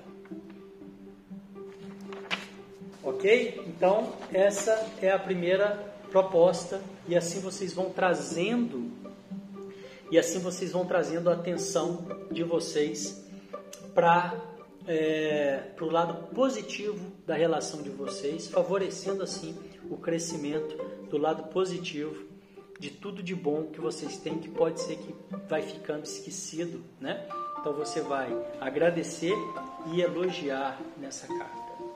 A: Ok? Então, essa é a primeira proposta e assim vocês vão trazendo e assim vocês vão trazendo a atenção de vocês para é, o lado positivo da relação de vocês, favorecendo assim o crescimento do lado positivo de tudo de bom que vocês têm, que pode ser que vai ficando esquecido, né? Então você vai agradecer e elogiar nessa carta.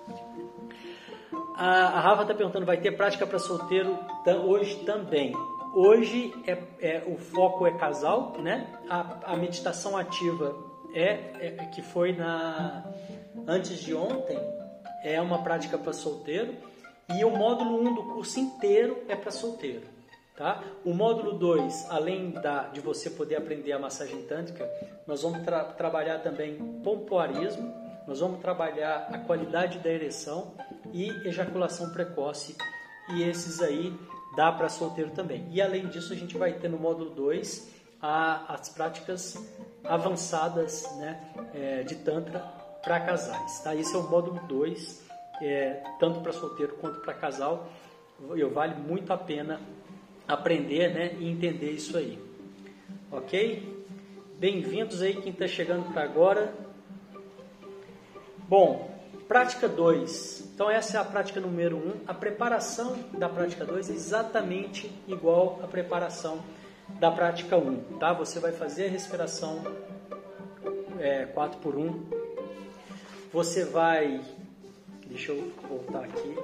A: A Rafa está perguntando, vai ter prática para solteiro hoje também? Hoje é, é, o foco é casal, né? A, a meditação ativa é, é que foi na antes de ontem, é uma prática para solteiro, e o módulo um do curso inteiro é para solteiro, tá? O módulo dois, além da, de você poder aprender a massagem tântrica, nós vamos tra- trabalhar também pompoarismo, nós vamos trabalhar a qualidade da ereção e ejaculação precoce, e esses aí dá para solteiro também. E além disso, a gente vai ter no módulo dois a, as práticas avançadas, né, é, de Tantra para casais. Tá? Esse é o módulo dois, é, tanto para solteiro quanto para casal. E vale muito a pena aprender, né, e entender isso aí. Ok? Bem-vindos aí quem está chegando para agora. Bom, prática dois. Então essa é a prática número um. A preparação da prática dois é exatamente igual à preparação da prática um, tá? Você vai fazer a respiração é, quatro por um. Você vai... Deixa eu voltar aqui.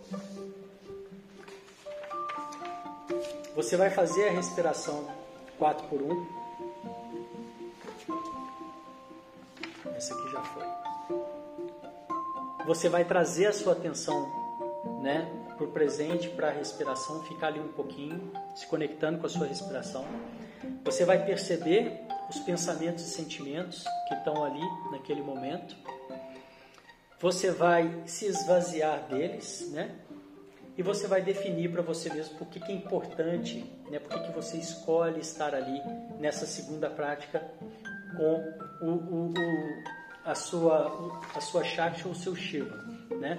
A: Você vai fazer a respiração quatro por um. Essa aqui já foi. Você vai trazer a sua atenção, né, para o presente, para a respiração, ficar ali um pouquinho, se conectando com a sua respiração. Você vai perceber os pensamentos e sentimentos que estão ali naquele momento. Você vai se esvaziar deles, né? E você vai definir para você mesmo por que, que é importante, né? Por que, que você escolhe estar ali nessa segunda prática com o, o, o, a sua, a sua Shakti ou o seu Shiva, né?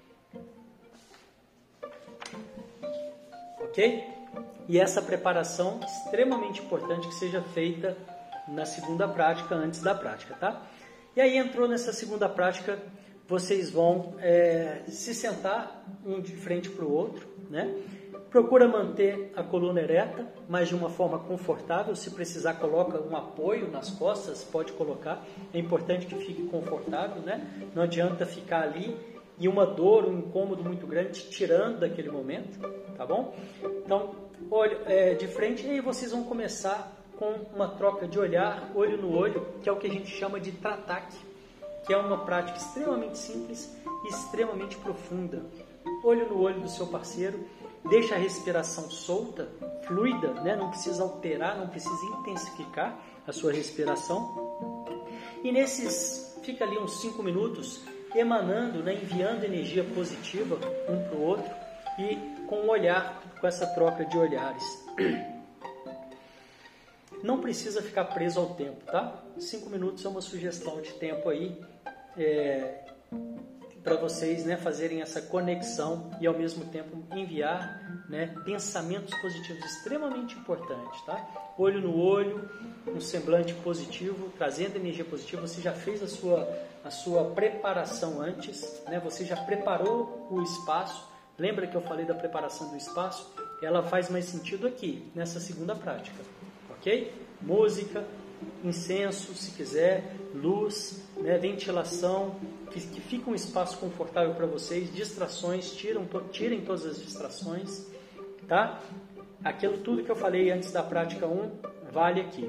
A: Ok? E essa preparação é extremamente importante que seja feita na segunda prática, antes da prática, tá? E aí entrou nessa segunda prática, vocês vão é, se sentar um de frente para o outro, né? Procura manter a coluna ereta, mas de uma forma confortável. Se precisar, coloca um apoio nas costas, pode colocar. É importante que fique confortável, né? Não adianta ficar ali e uma dor, um incômodo muito grande te tirando daquele momento, tá bom? Então, olho é, de frente, e aí vocês vão começar com uma troca de olhar, olho no olho, que é o que a gente chama de Tratak, que é uma prática extremamente simples e extremamente profunda. Olho no olho do seu parceiro, deixa a respiração solta, fluida, né? Não precisa alterar, não precisa intensificar a sua respiração. E nesses, fica ali uns cinco minutos, emanando, né? Enviando energia positiva um para o outro e com um olhar, com essa troca de olhares. Não precisa ficar preso ao tempo, tá? Cinco minutos é uma sugestão de tempo aí, é, para vocês, né, fazerem essa conexão e ao mesmo tempo enviar, né, pensamentos positivos, extremamente importante, tá? Olho no olho, um semblante positivo, trazendo energia positiva. Você já fez a sua, a sua preparação antes, né? Você já preparou o espaço. Lembra que eu falei da preparação do espaço? Ela faz mais sentido aqui, nessa segunda prática. Ok? Música, incenso, se quiser, luz, né, ventilação, que, que fica um espaço confortável para vocês, distrações, tiram, to, tirem todas as distrações, tá? Aquilo tudo que eu falei antes da prática um, vale aqui.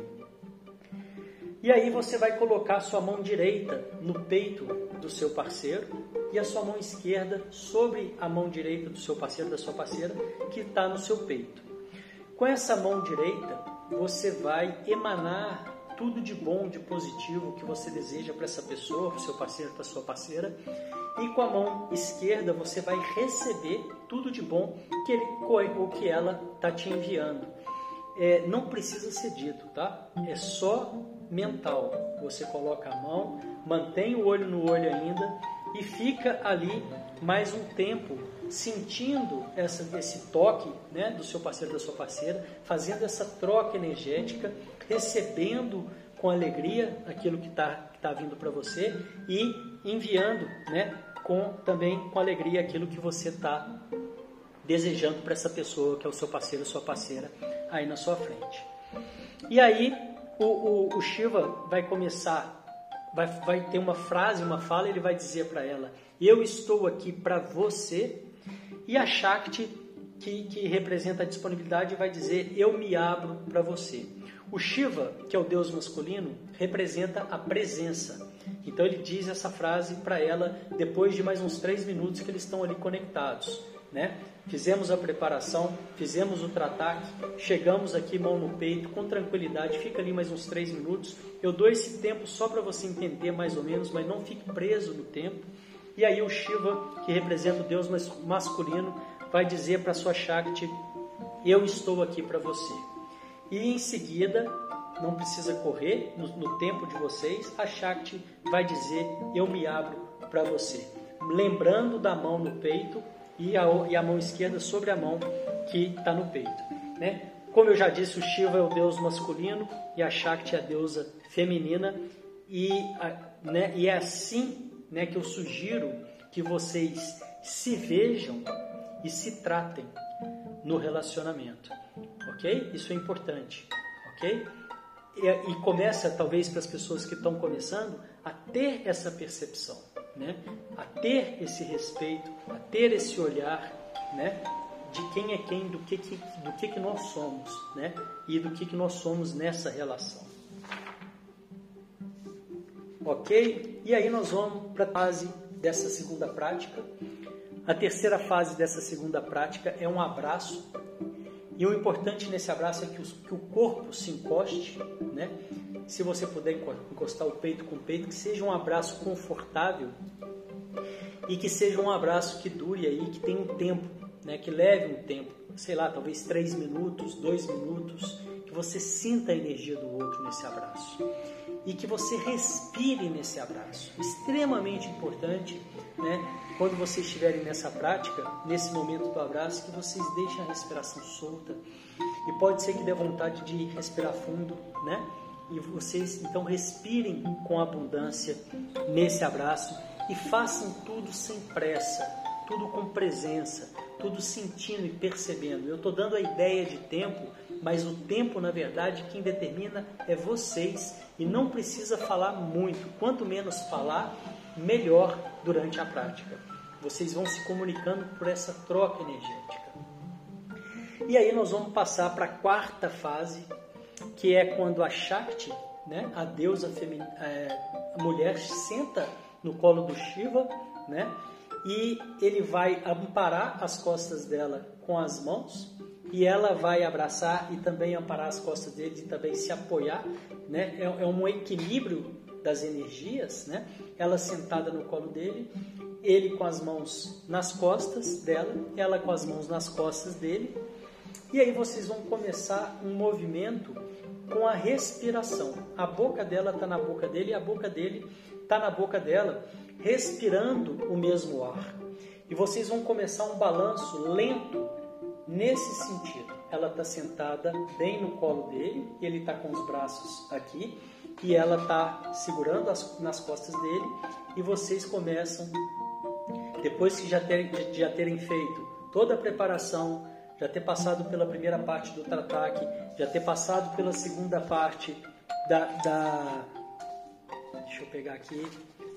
A: E aí você vai colocar a sua mão direita no peito do seu parceiro e a sua mão esquerda sobre a mão direita do seu parceiro, da sua parceira, que está no seu peito. Com essa mão direita, você vai emanar tudo de bom, de positivo que você deseja para essa pessoa, para o seu parceiro, para a sua parceira. E com a mão esquerda você vai receber tudo de bom que ele ou que ela está te enviando. É, não precisa ser dito, tá? É só mental. Você coloca a mão, mantém o olho no olho ainda e fica ali mais um tempo sentindo essa, esse toque, né, do seu parceiro, da sua parceira, fazendo essa troca energética, recebendo com alegria aquilo que está que tá vindo para você e enviando, né, com, também com alegria aquilo que você está desejando para essa pessoa, que é o seu parceiro, sua parceira, aí na sua frente. E aí o, o, o Shiva vai começar, vai, vai ter uma frase, uma fala, ele vai dizer para ela: eu estou aqui para você. E a Shakti, que, que representa a disponibilidade, vai dizer: eu me abro para você. O Shiva, que é o deus masculino, representa a presença. Então ele diz essa frase para ela depois de mais uns três minutos que eles estão ali conectados, né? Fizemos a preparação, fizemos o Tratak, chegamos aqui mão no peito, com tranquilidade, fica ali mais uns três minutos. Eu dou esse tempo só para você entender mais ou menos, mas não fique preso no tempo. E aí o Shiva, que representa o deus masculino, vai dizer para a sua Shakti: eu estou aqui para você. E em seguida, não precisa correr, no, no tempo de vocês, a Shakti vai dizer: eu me abro para você. Lembrando da mão no peito e a, e a mão esquerda sobre a mão que está no peito, né? Como eu já disse, o Shiva é o deus masculino e a Shakti é a deusa feminina. E, a, né, e é assim, né, que eu sugiro que vocês se vejam e se tratem no relacionamento, ok? Isso é importante. ok? E, e começa, talvez, para as pessoas que estão começando, a ter essa percepção, né? A ter esse respeito, a ter esse olhar, né? De quem é quem, do que, que, do que, que nós somos, né? E do que, que nós somos nessa relação. Ok? E aí nós vamos para a fase dessa segunda prática. A terceira fase dessa segunda prática é um abraço. E o importante nesse abraço é que, os, que o corpo se encoste, né? Se você puder encostar o peito com o peito, que seja um abraço confortável e que seja um abraço que dure aí, que tenha um tempo, né? Que leve um tempo, sei lá, talvez três minutos, dois minutos, que você sinta a energia do outro nesse abraço e que você respire nesse abraço. Extremamente importante, né? Quando vocês estiverem nessa prática, nesse momento do abraço, que vocês deixem a respiração solta e pode ser que dê vontade de respirar fundo, né? E vocês então respirem com abundância nesse abraço e façam tudo sem pressa, tudo com presença, tudo sentindo e percebendo. Eu estou dando a ideia de tempo, mas o tempo, na verdade, quem determina é vocês e não precisa falar muito. Quanto menos falar, melhor durante a prática. Vocês vão se comunicando por essa troca energética. E aí nós vamos passar para a quarta fase, que é quando a Shakti, né, a deusa feminina, a mulher, senta no colo do Shiva, né, e ele vai amparar as costas dela com as mãos e ela vai abraçar e também amparar as costas dele e também se apoiar, né, é, é um equilíbrio das energias, né, ela sentada no colo dele, ele com as mãos nas costas dela, ela com as mãos nas costas dele. E aí vocês vão começar um movimento com a respiração. A boca dela está na boca dele e a boca dele está na boca dela, respirando o mesmo ar. E vocês vão começar um balanço lento nesse sentido. Ela está sentada bem no colo dele, ele está com os braços aqui e ela está segurando as, nas costas dele. E vocês começam, depois que já terem, já terem feito toda a preparação, já ter passado pela primeira parte do Trataki, já ter passado pela segunda parte da, da... Deixa eu pegar aqui.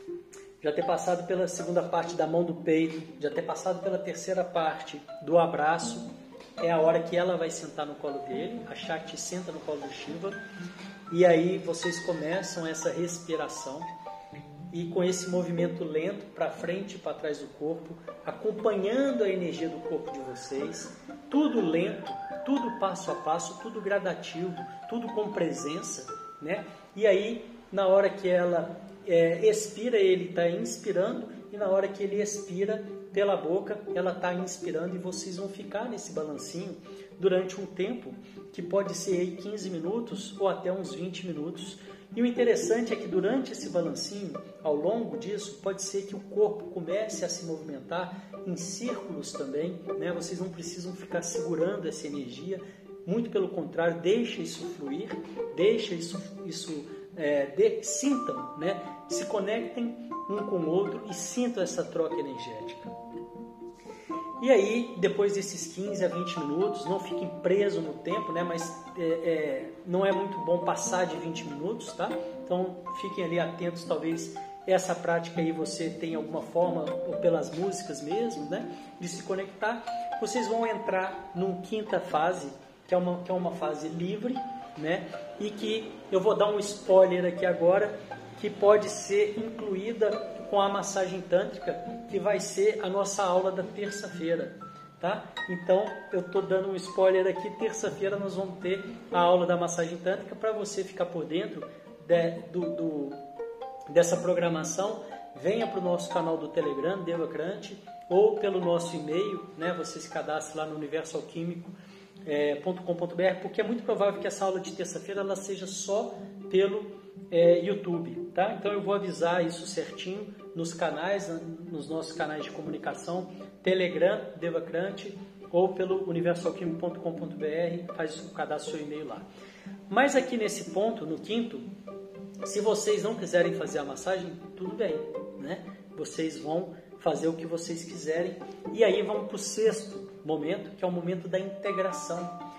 A: Já ter passado pela segunda parte da mão do peito, já ter passado pela terceira parte do abraço, é a hora que ela vai sentar no colo dele, a Shakti senta no colo do Shiva, e aí vocês começam essa respiração, e com esse movimento lento para frente e para trás do corpo, acompanhando a energia do corpo de vocês, tudo lento, tudo passo a passo, tudo gradativo, tudo com presença, né? E aí, na hora que ela é, expira, ele está inspirando, e na hora que ele expira pela boca, ela está inspirando, e vocês vão ficar nesse balancinho durante um tempo que pode ser aí quinze minutos ou até uns vinte minutos. E o interessante é que durante esse balancinho, ao longo disso, pode ser que o corpo comece a se movimentar em círculos também, né? Vocês não precisam ficar segurando essa energia, muito pelo contrário, deixa isso fluir, deixa isso, isso é, de, sintam, né? Se conectem um com o outro e sintam essa troca energética. E aí, depois desses quinze a vinte minutos, não fiquem presos no tempo, né? Mas é, é, não é muito bom passar de vinte minutos, tá? Então, fiquem ali atentos, talvez essa prática aí você tenha alguma forma, ou pelas músicas mesmo, né? De se conectar. Vocês vão entrar numa quinta fase, que é uma, que é uma fase livre, né? E que eu vou dar um spoiler aqui agora, que pode ser incluída com a massagem tântrica, que vai ser a nossa aula da terça-feira, tá? Então, eu estou dando um spoiler aqui, terça-feira nós vamos ter a aula da massagem tântrica, para você ficar por dentro de, do, do, dessa programação. Venha para o nosso canal do Telegram, Devacrante, ou pelo nosso e-mail, né? Você se cadastra lá no universo alquímico ponto com ponto b r, porque é muito provável que essa aula de terça-feira ela seja só pelo É, YouTube, tá? Então eu vou avisar isso certinho nos canais, nos nossos canais de comunicação, Telegram, Devacrante, ou pelo universo alquímico ponto com ponto b r, faz o cadastro do seu e-mail lá. Mas aqui nesse ponto, no quinto, se vocês não quiserem fazer a massagem, tudo bem, né? Vocês vão fazer o que vocês quiserem, e aí vamos para o sexto momento, que é o momento da integração.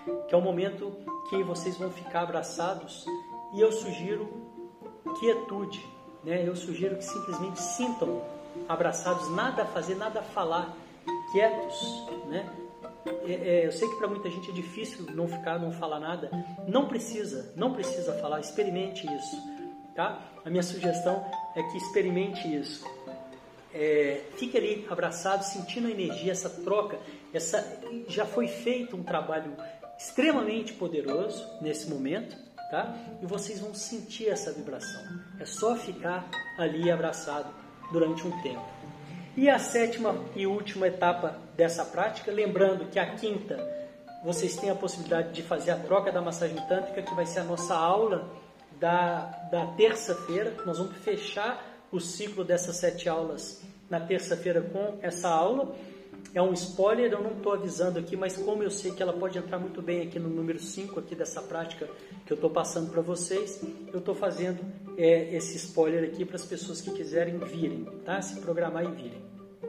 A: que é o momento que vocês vão ficar abraçados, e eu sugiro quietude, né? Eu sugiro que simplesmente sintam abraçados, nada a fazer, nada a falar, quietos, né? É, é, eu sei que para muita gente é difícil não ficar, não falar nada. Não precisa, não precisa falar, experimente isso, tá? A minha sugestão é que experimente isso. É, fique ali abraçado, sentindo a energia, essa troca, essa, já foi feito um trabalho extremamente poderoso nesse momento, tá? E vocês vão sentir essa vibração. É só ficar ali abraçado durante um tempo. E a sétima e última etapa dessa prática, lembrando que a quinta, vocês têm a possibilidade de fazer a troca da massagem tântrica, que vai ser a nossa aula da, da terça-feira. Nós vamos fechar o ciclo dessas sete aulas na terça-feira com essa aula. É um spoiler, eu não estou avisando aqui, mas como eu sei que ela pode entrar muito bem aqui no número cinco aqui dessa prática que eu estou passando para vocês, eu estou fazendo é, esse spoiler aqui para as pessoas que quiserem virem, tá? Se programar e virem.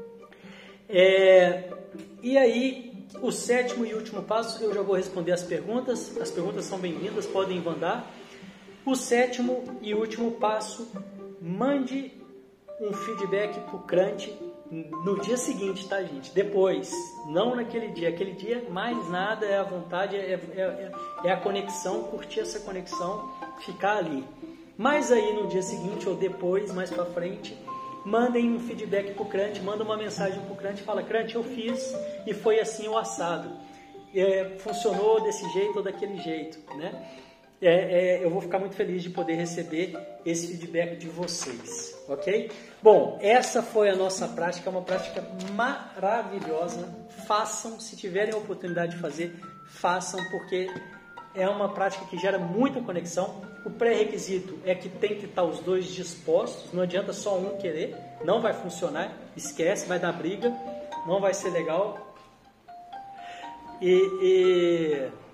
A: É, e aí, o sétimo e último passo, eu já vou responder as perguntas, as perguntas são bem-vindas, podem mandar. O sétimo e último passo, mande um feedback para o crante no dia seguinte, tá, gente? Depois, não naquele dia. Aquele dia, mais nada, é a vontade, é, é, é a conexão, curtir essa conexão, ficar ali. Mas aí, no dia seguinte ou depois, mais para frente, mandem um feedback pro crante, manda uma mensagem pro crante e fala: crante, eu fiz e foi assim o assado. É, funcionou desse jeito ou daquele jeito, né? É, é, eu vou ficar muito feliz de poder receber esse feedback de vocês, ok? Bom, essa foi a nossa prática, uma prática maravilhosa. Façam, se tiverem a oportunidade de fazer, façam, porque é uma prática que gera muita conexão. O pré-requisito é que tem que estar os dois dispostos, não adianta só um querer, não vai funcionar, esquece, vai dar briga, não vai ser legal. E... e...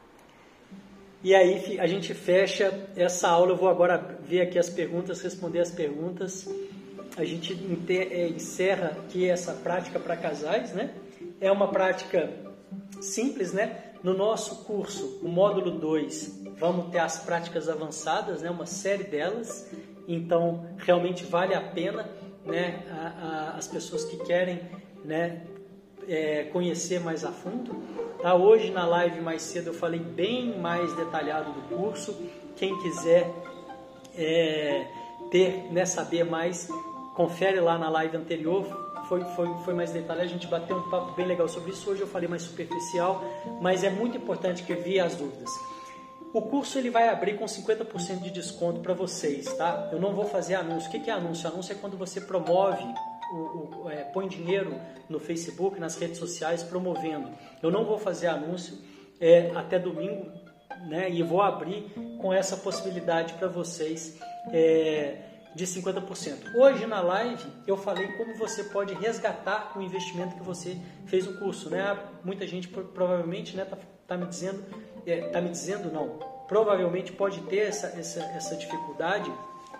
A: E aí a gente fecha essa aula. Eu vou agora ver aqui as perguntas, responder as perguntas. A gente encerra aqui essa prática para casais, né? É uma prática simples, né? No nosso curso, o módulo dois, vamos ter as práticas avançadas, né? Uma série delas. Então, realmente vale a pena, né? A, a, as pessoas que querem, né? É, conhecer mais a fundo. Tá? Hoje na live mais cedo eu falei bem mais detalhado do curso. Quem quiser é, ter, né, saber mais, confere lá na live anterior, foi, foi, foi mais detalhado, a gente bateu um papo bem legal sobre isso. Hoje eu falei mais superficial, mas é muito importante que vi as dúvidas. O curso ele vai abrir com cinquenta por cento de desconto para vocês, tá? Eu não vou fazer anúncio. O que é anúncio? Anúncio é quando você promove, o, o, é, põe dinheiro no Facebook, nas redes sociais, promovendo. Eu não vou fazer anúncio é, até domingo, né? E vou abrir com essa possibilidade para vocês é, de cinquenta por cento. Hoje na live eu falei como você pode resgatar o investimento que você fez no curso, né? Muita gente provavelmente, né, tá, tá me dizendo, é, tá me dizendo não, provavelmente pode ter essa, essa, essa dificuldade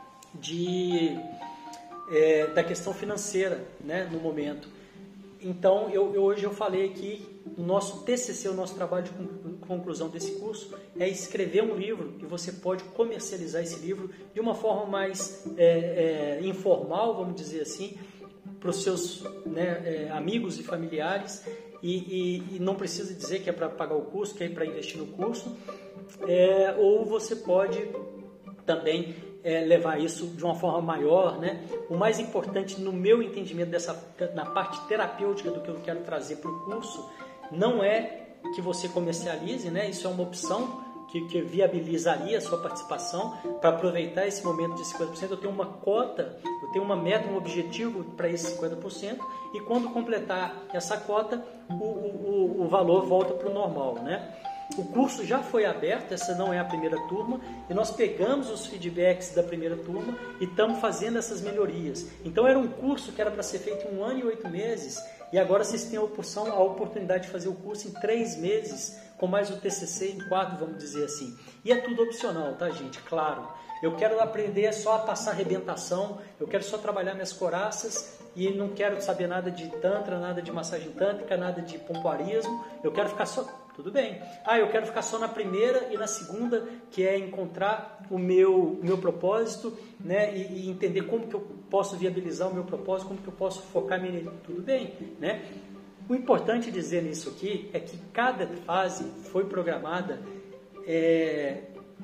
A: de, é, da questão financeira, né, no momento. Então, eu, eu, hoje eu falei aqui, o nosso T C C, o nosso trabalho de conclusão desse curso, é escrever um livro e você pode comercializar esse livro de uma forma mais é, é, informal, vamos dizer assim, para os seus, né, é, amigos e familiares, e, e, e não precisa dizer que é para pagar o curso, que é para investir no curso, é, ou você pode também É, levar isso de uma forma maior, né? O mais importante no meu entendimento dessa, na parte terapêutica do que eu quero trazer para o curso, não é que você comercialize, né? Isso é uma opção que, que viabilizaria a sua participação para aproveitar esse momento de cinquenta por cento. Eu tenho uma cota, eu tenho uma meta, um objetivo para esse cinquenta por cento, e quando completar essa cota, o, o, o valor volta para o normal, né? O curso já foi aberto, essa não é a primeira turma, e nós pegamos os feedbacks da primeira turma e estamos fazendo essas melhorias. Então era um curso que era para ser feito em um ano e oito meses, e agora vocês têm a, opção, a oportunidade de fazer o curso em três meses, com mais o T C C em quatro, vamos dizer assim. E é tudo opcional, tá, gente? Claro. Eu quero aprender só a passar arrebentação, eu quero só trabalhar minhas coraças e não quero saber nada de tantra, nada de massagem tântrica, nada de pompoarismo, eu quero ficar só... Tudo bem. Ah, eu quero ficar só na primeira e na segunda, que é encontrar o meu, o meu propósito, né? E, e entender como que eu posso viabilizar o meu propósito, como que eu posso focar minha energia. Tudo bem, né? O importante dizer nisso aqui é que cada fase foi programada é,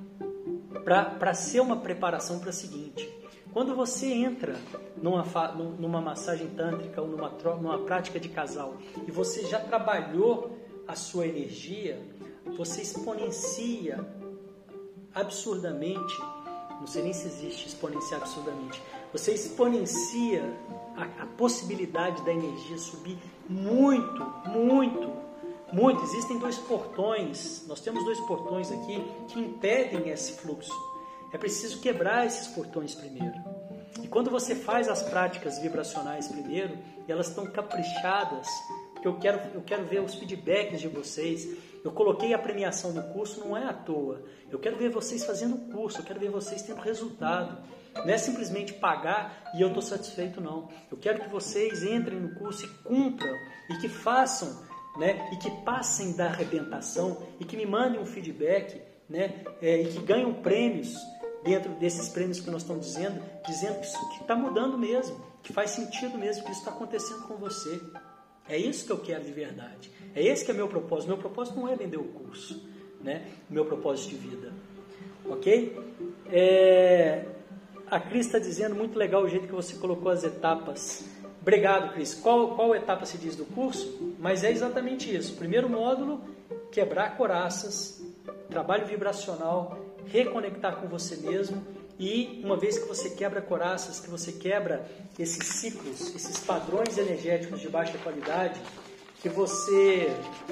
A: para ser uma preparação para a seguinte. Quando você entra numa, numa massagem tântrica ou numa, numa prática de casal e você já trabalhou a sua energia, você exponencia absurdamente, não sei nem se existe exponenciar absurdamente, você exponencia a, a possibilidade da energia subir muito, muito, muito. Existem dois portões, nós temos dois portões aqui que impedem esse fluxo. É preciso quebrar esses portões primeiro. E quando você faz as práticas vibracionais primeiro, e elas estão caprichadas, que eu quero, eu quero ver os feedbacks de vocês. Eu coloquei a premiação no curso, não é à toa. Eu quero ver vocês fazendo o curso, eu quero ver vocês tendo resultado. Não é simplesmente pagar e eu estou satisfeito, não. Eu quero que vocês entrem no curso e cumpram, e que façam, né, e que passem da arrebentação, e que me mandem um feedback, né, é, e que ganham prêmios dentro desses prêmios que nós estamos dizendo, dizendo que isso está mudando mesmo, que faz sentido mesmo, que isso está acontecendo com você. É isso que eu quero de verdade. É esse que é meu propósito. Meu propósito não é vender o curso, né? Meu propósito de vida. Ok? É... A Cris está dizendo, muito legal o jeito que você colocou as etapas. Obrigado, Cris. Qual, qual etapa se diz do curso? Mas é exatamente isso. Primeiro módulo, quebrar coraças, trabalho vibracional, reconectar com você mesmo. E uma vez que você quebra coraças, que você quebra esses ciclos, esses padrões energéticos de baixa qualidade, que você,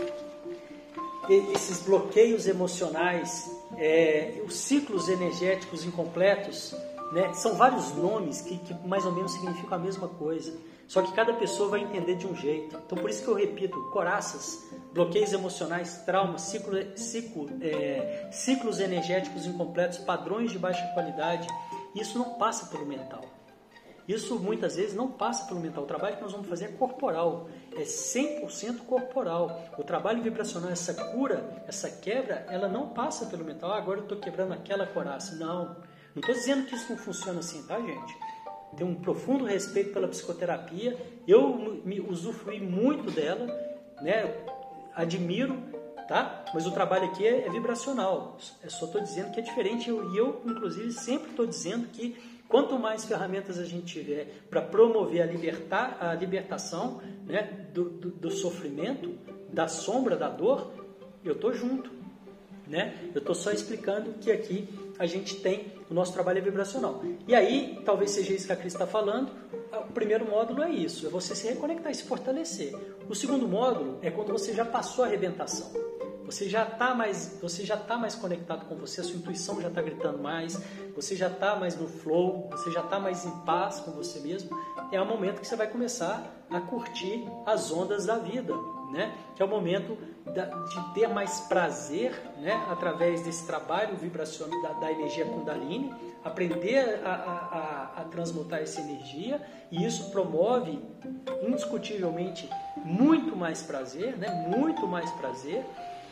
A: esses bloqueios emocionais, é, os ciclos energéticos incompletos, né, são vários nomes que, que mais ou menos significam a mesma coisa, só que cada pessoa vai entender de um jeito. Então por isso que eu repito, coraças, bloqueios emocionais, traumas, ciclo, ciclo, é, ciclos energéticos incompletos, padrões de baixa qualidade, isso não passa pelo mental. Isso muitas vezes não passa pelo mental. O trabalho que nós vamos fazer é corporal, é cem por cento corporal. O trabalho vibracional, essa cura, essa quebra, ela não passa pelo mental. Ah, agora eu estou quebrando aquela coraça. Não, não estou dizendo que isso não funciona assim, tá, gente? Tenho um profundo respeito pela psicoterapia, eu me usufruí muito dela, né? Admiro, tá? Mas o trabalho aqui é, é vibracional. Eu só estou dizendo que é diferente, e eu, eu, inclusive, sempre estou dizendo que quanto mais ferramentas a gente tiver para promover a, libertar, a libertação, né, do, do, do sofrimento, da sombra, da dor, eu estou junto, né? Eu estou só explicando que aqui a gente tem, o nosso trabalho é vibracional. E aí, talvez seja isso que a Cris está falando, o primeiro módulo é isso, é você se reconectar e se fortalecer. O segundo módulo é quando você já passou a arrebentação. Você já está mais, você já tá mais conectado com você, a sua intuição já está gritando mais, você já está mais no flow, você já está mais em paz com você mesmo. É o momento que você vai começar a curtir as ondas da vida, né? Que é o momento de ter mais prazer, né? Através desse trabalho vibracional da, da energia Kundalini, aprender a, a, a, a transmutar essa energia, e isso promove indiscutivelmente muito mais prazer, né? Muito mais prazer.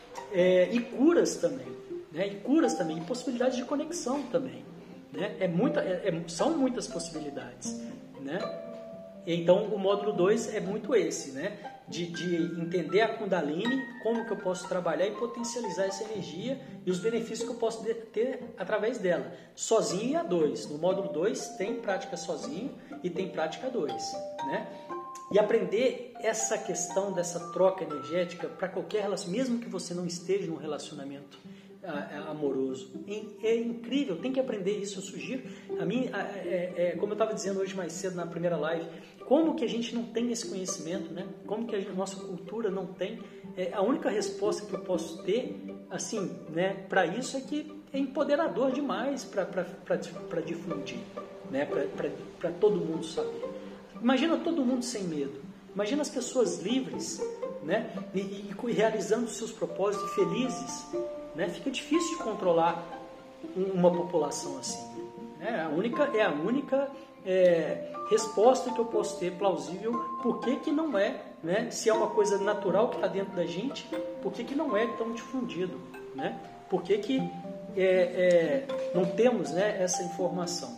A: É, e curas também, né? E curas também, e possibilidades de conexão também, né? É muita, é, é, são muitas possibilidades, né? Então o módulo dois é muito esse, né? De, de entender a Kundalini, como que eu posso trabalhar e potencializar essa energia e os benefícios que eu posso ter através dela, sozinho e a dois. No módulo dois tem prática sozinho e tem prática a dois, né? E aprender essa questão dessa troca energética para qualquer relação, mesmo que você não esteja num relacionamento ah, amoroso. É incrível, tem que aprender isso. Eu sugiro, a mim, é, é, como eu estava dizendo hoje mais cedo na primeira live, como que a gente não tem esse conhecimento, né? Como que a nossa cultura não tem? É, a única resposta que eu posso ter, assim, né, para isso é que é empoderador demais para difundir, né? Para todo mundo saber. Imagina todo mundo sem medo. Imagina as pessoas livres, né? E, e, e realizando os seus propósitos felizes, né? Fica difícil de controlar uma população assim, né? A única, é a única é, resposta que eu posso ter plausível, por que que não é, né? Se é uma coisa natural que está dentro da gente, por que que não é tão difundido, né? Por que que é, é, não temos, né, essa informação?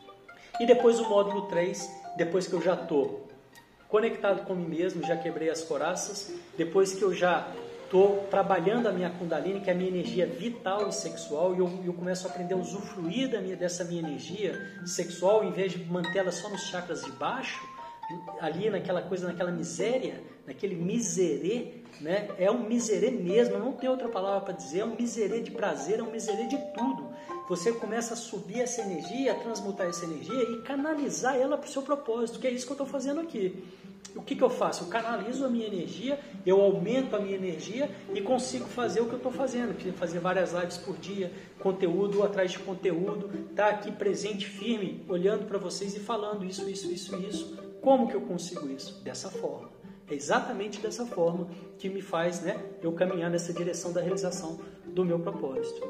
A: E depois o módulo três, depois que eu já estou conectado com mim mesmo, já quebrei as coraças, depois que eu já estou trabalhando a minha Kundalini, que é a minha energia vital e sexual, e eu, eu começo a aprender a usufruir da minha, dessa minha energia sexual, em vez de mantê-la só nos chakras de baixo, ali naquela coisa, naquela miséria, naquele miserê, né? É um miserê mesmo, não tem outra palavra para dizer, é um miserê de prazer, é um miserê de tudo. Você começa a subir essa energia, a transmutar essa energia e canalizar ela para o seu propósito, que é isso que eu estou fazendo aqui. O que, que eu faço? Eu canalizo a minha energia, eu aumento a minha energia e consigo fazer o que eu estou fazendo, que é fazer várias lives por dia, conteúdo atrás de conteúdo, estar aqui presente, firme, olhando para vocês e falando isso, isso, isso, isso. Como que eu consigo isso? Dessa forma. É exatamente dessa forma que me faz, né, eu caminhar nessa direção da realização do meu propósito.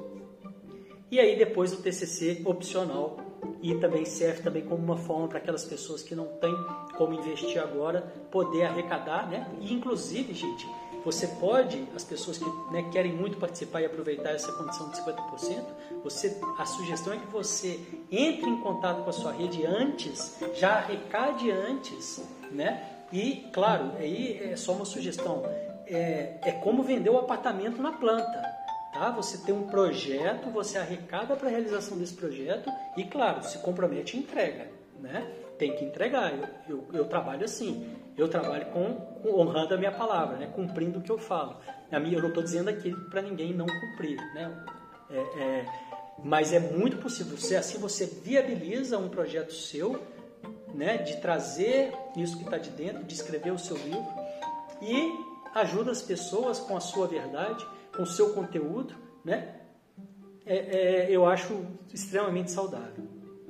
A: E aí depois o T C C opcional, e também serve também como uma forma para aquelas pessoas que não têm como investir agora, poder arrecadar, né? E inclusive, gente, você pode, as pessoas que, né, querem muito participar e aproveitar essa condição de cinquenta por cento, você, a sugestão é que você entre em contato com a sua rede antes, já arrecade antes, né? E, claro, aí é só uma sugestão, é, é como vender o apartamento na planta. Tá? Você tem um projeto, você arrecada para a realização desse projeto e, claro, se compromete e entrega, né? Tem que entregar. Eu, eu, eu trabalho assim, eu trabalho com, com honrando a minha palavra, né? Cumprindo o que eu falo. A minha, eu não estou dizendo aqui para ninguém não cumprir, né? É, é, mas é muito possível. Você, assim você viabiliza um projeto seu, né? De trazer isso que está de dentro, de escrever o seu livro e ajuda as pessoas com a sua verdade, com o seu conteúdo, né? É, é, eu acho extremamente saudável.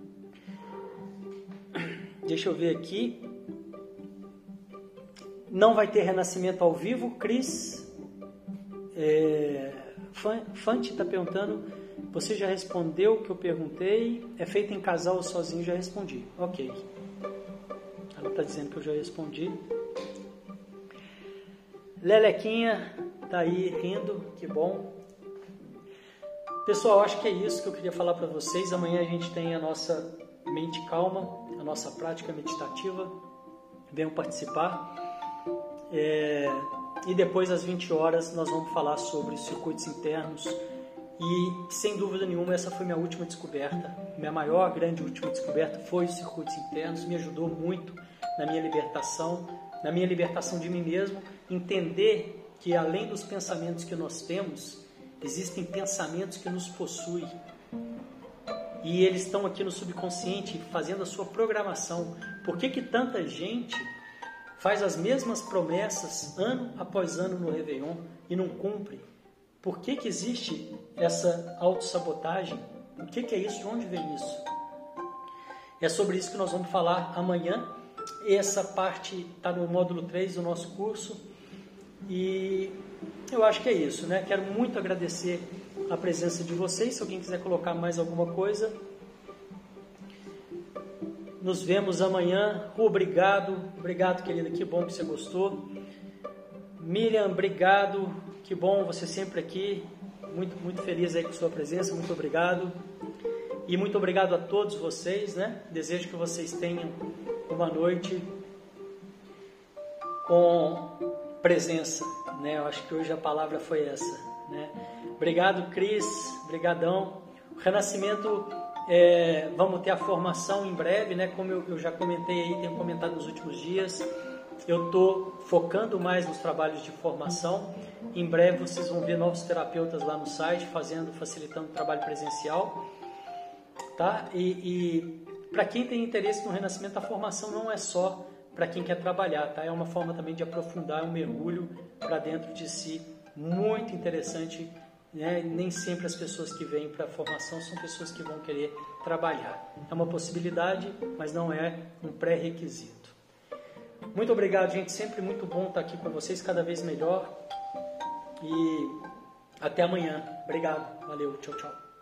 A: Deixa eu ver aqui. Não vai ter renascimento ao vivo, Cris. É, Fante está perguntando, você já respondeu o que eu perguntei? É feito em casal ou sozinho? Já respondi. Ok. Ela está dizendo que eu já respondi. Lelequinha tá aí rindo, que bom. Pessoal, acho que é isso que eu queria falar para vocês. Amanhã a gente tem a nossa mente calma, a nossa prática meditativa. Venham participar. É... E depois, às vinte horas, nós vamos falar sobre circuitos internos. E, sem dúvida nenhuma, essa foi minha última descoberta. Minha maior, grande última descoberta foi os circuitos internos. Me ajudou muito na minha libertação, na minha libertação de mim mesmo. Entender que além dos pensamentos que nós temos, existem pensamentos que nos possuem. E eles estão aqui no subconsciente, fazendo a sua programação. Por que que tanta gente faz as mesmas promessas ano após ano no Réveillon e não cumpre? Por que que existe essa autossabotagem? O que que é isso? De onde vem isso? É sobre isso que nós vamos falar amanhã. Essa parte está no módulo três do nosso curso. E eu acho que é isso, né? Quero muito agradecer a presença de vocês. Se alguém quiser colocar mais alguma coisa, nos vemos amanhã. Obrigado, obrigado, querida, que bom que você gostou. Miriam, obrigado, que bom você sempre aqui. Muito, muito feliz aí com sua presença, muito obrigado. E muito obrigado a todos vocês, né? Desejo que vocês tenham uma noite com presença, né? Eu acho que hoje a palavra foi essa, né? Obrigado, Cris, brigadão. O Renascimento, é, vamos ter a formação em breve, né? Como eu, eu já comentei aí, tenho comentado nos últimos dias, eu estou focando mais nos trabalhos de formação. Em breve vocês vão ver novos terapeutas lá no site, fazendo, facilitando o trabalho presencial, tá? E, e para quem tem interesse no Renascimento, a formação não é só para quem quer trabalhar, tá? É uma forma também de aprofundar um mergulho para dentro de si, muito interessante, né? Nem sempre as pessoas que vêm para a formação são pessoas que vão querer trabalhar. É uma possibilidade, mas não é um pré-requisito. Muito obrigado, gente. Sempre muito bom estar aqui com vocês, cada vez melhor. E até amanhã. Obrigado. Valeu. Tchau, tchau.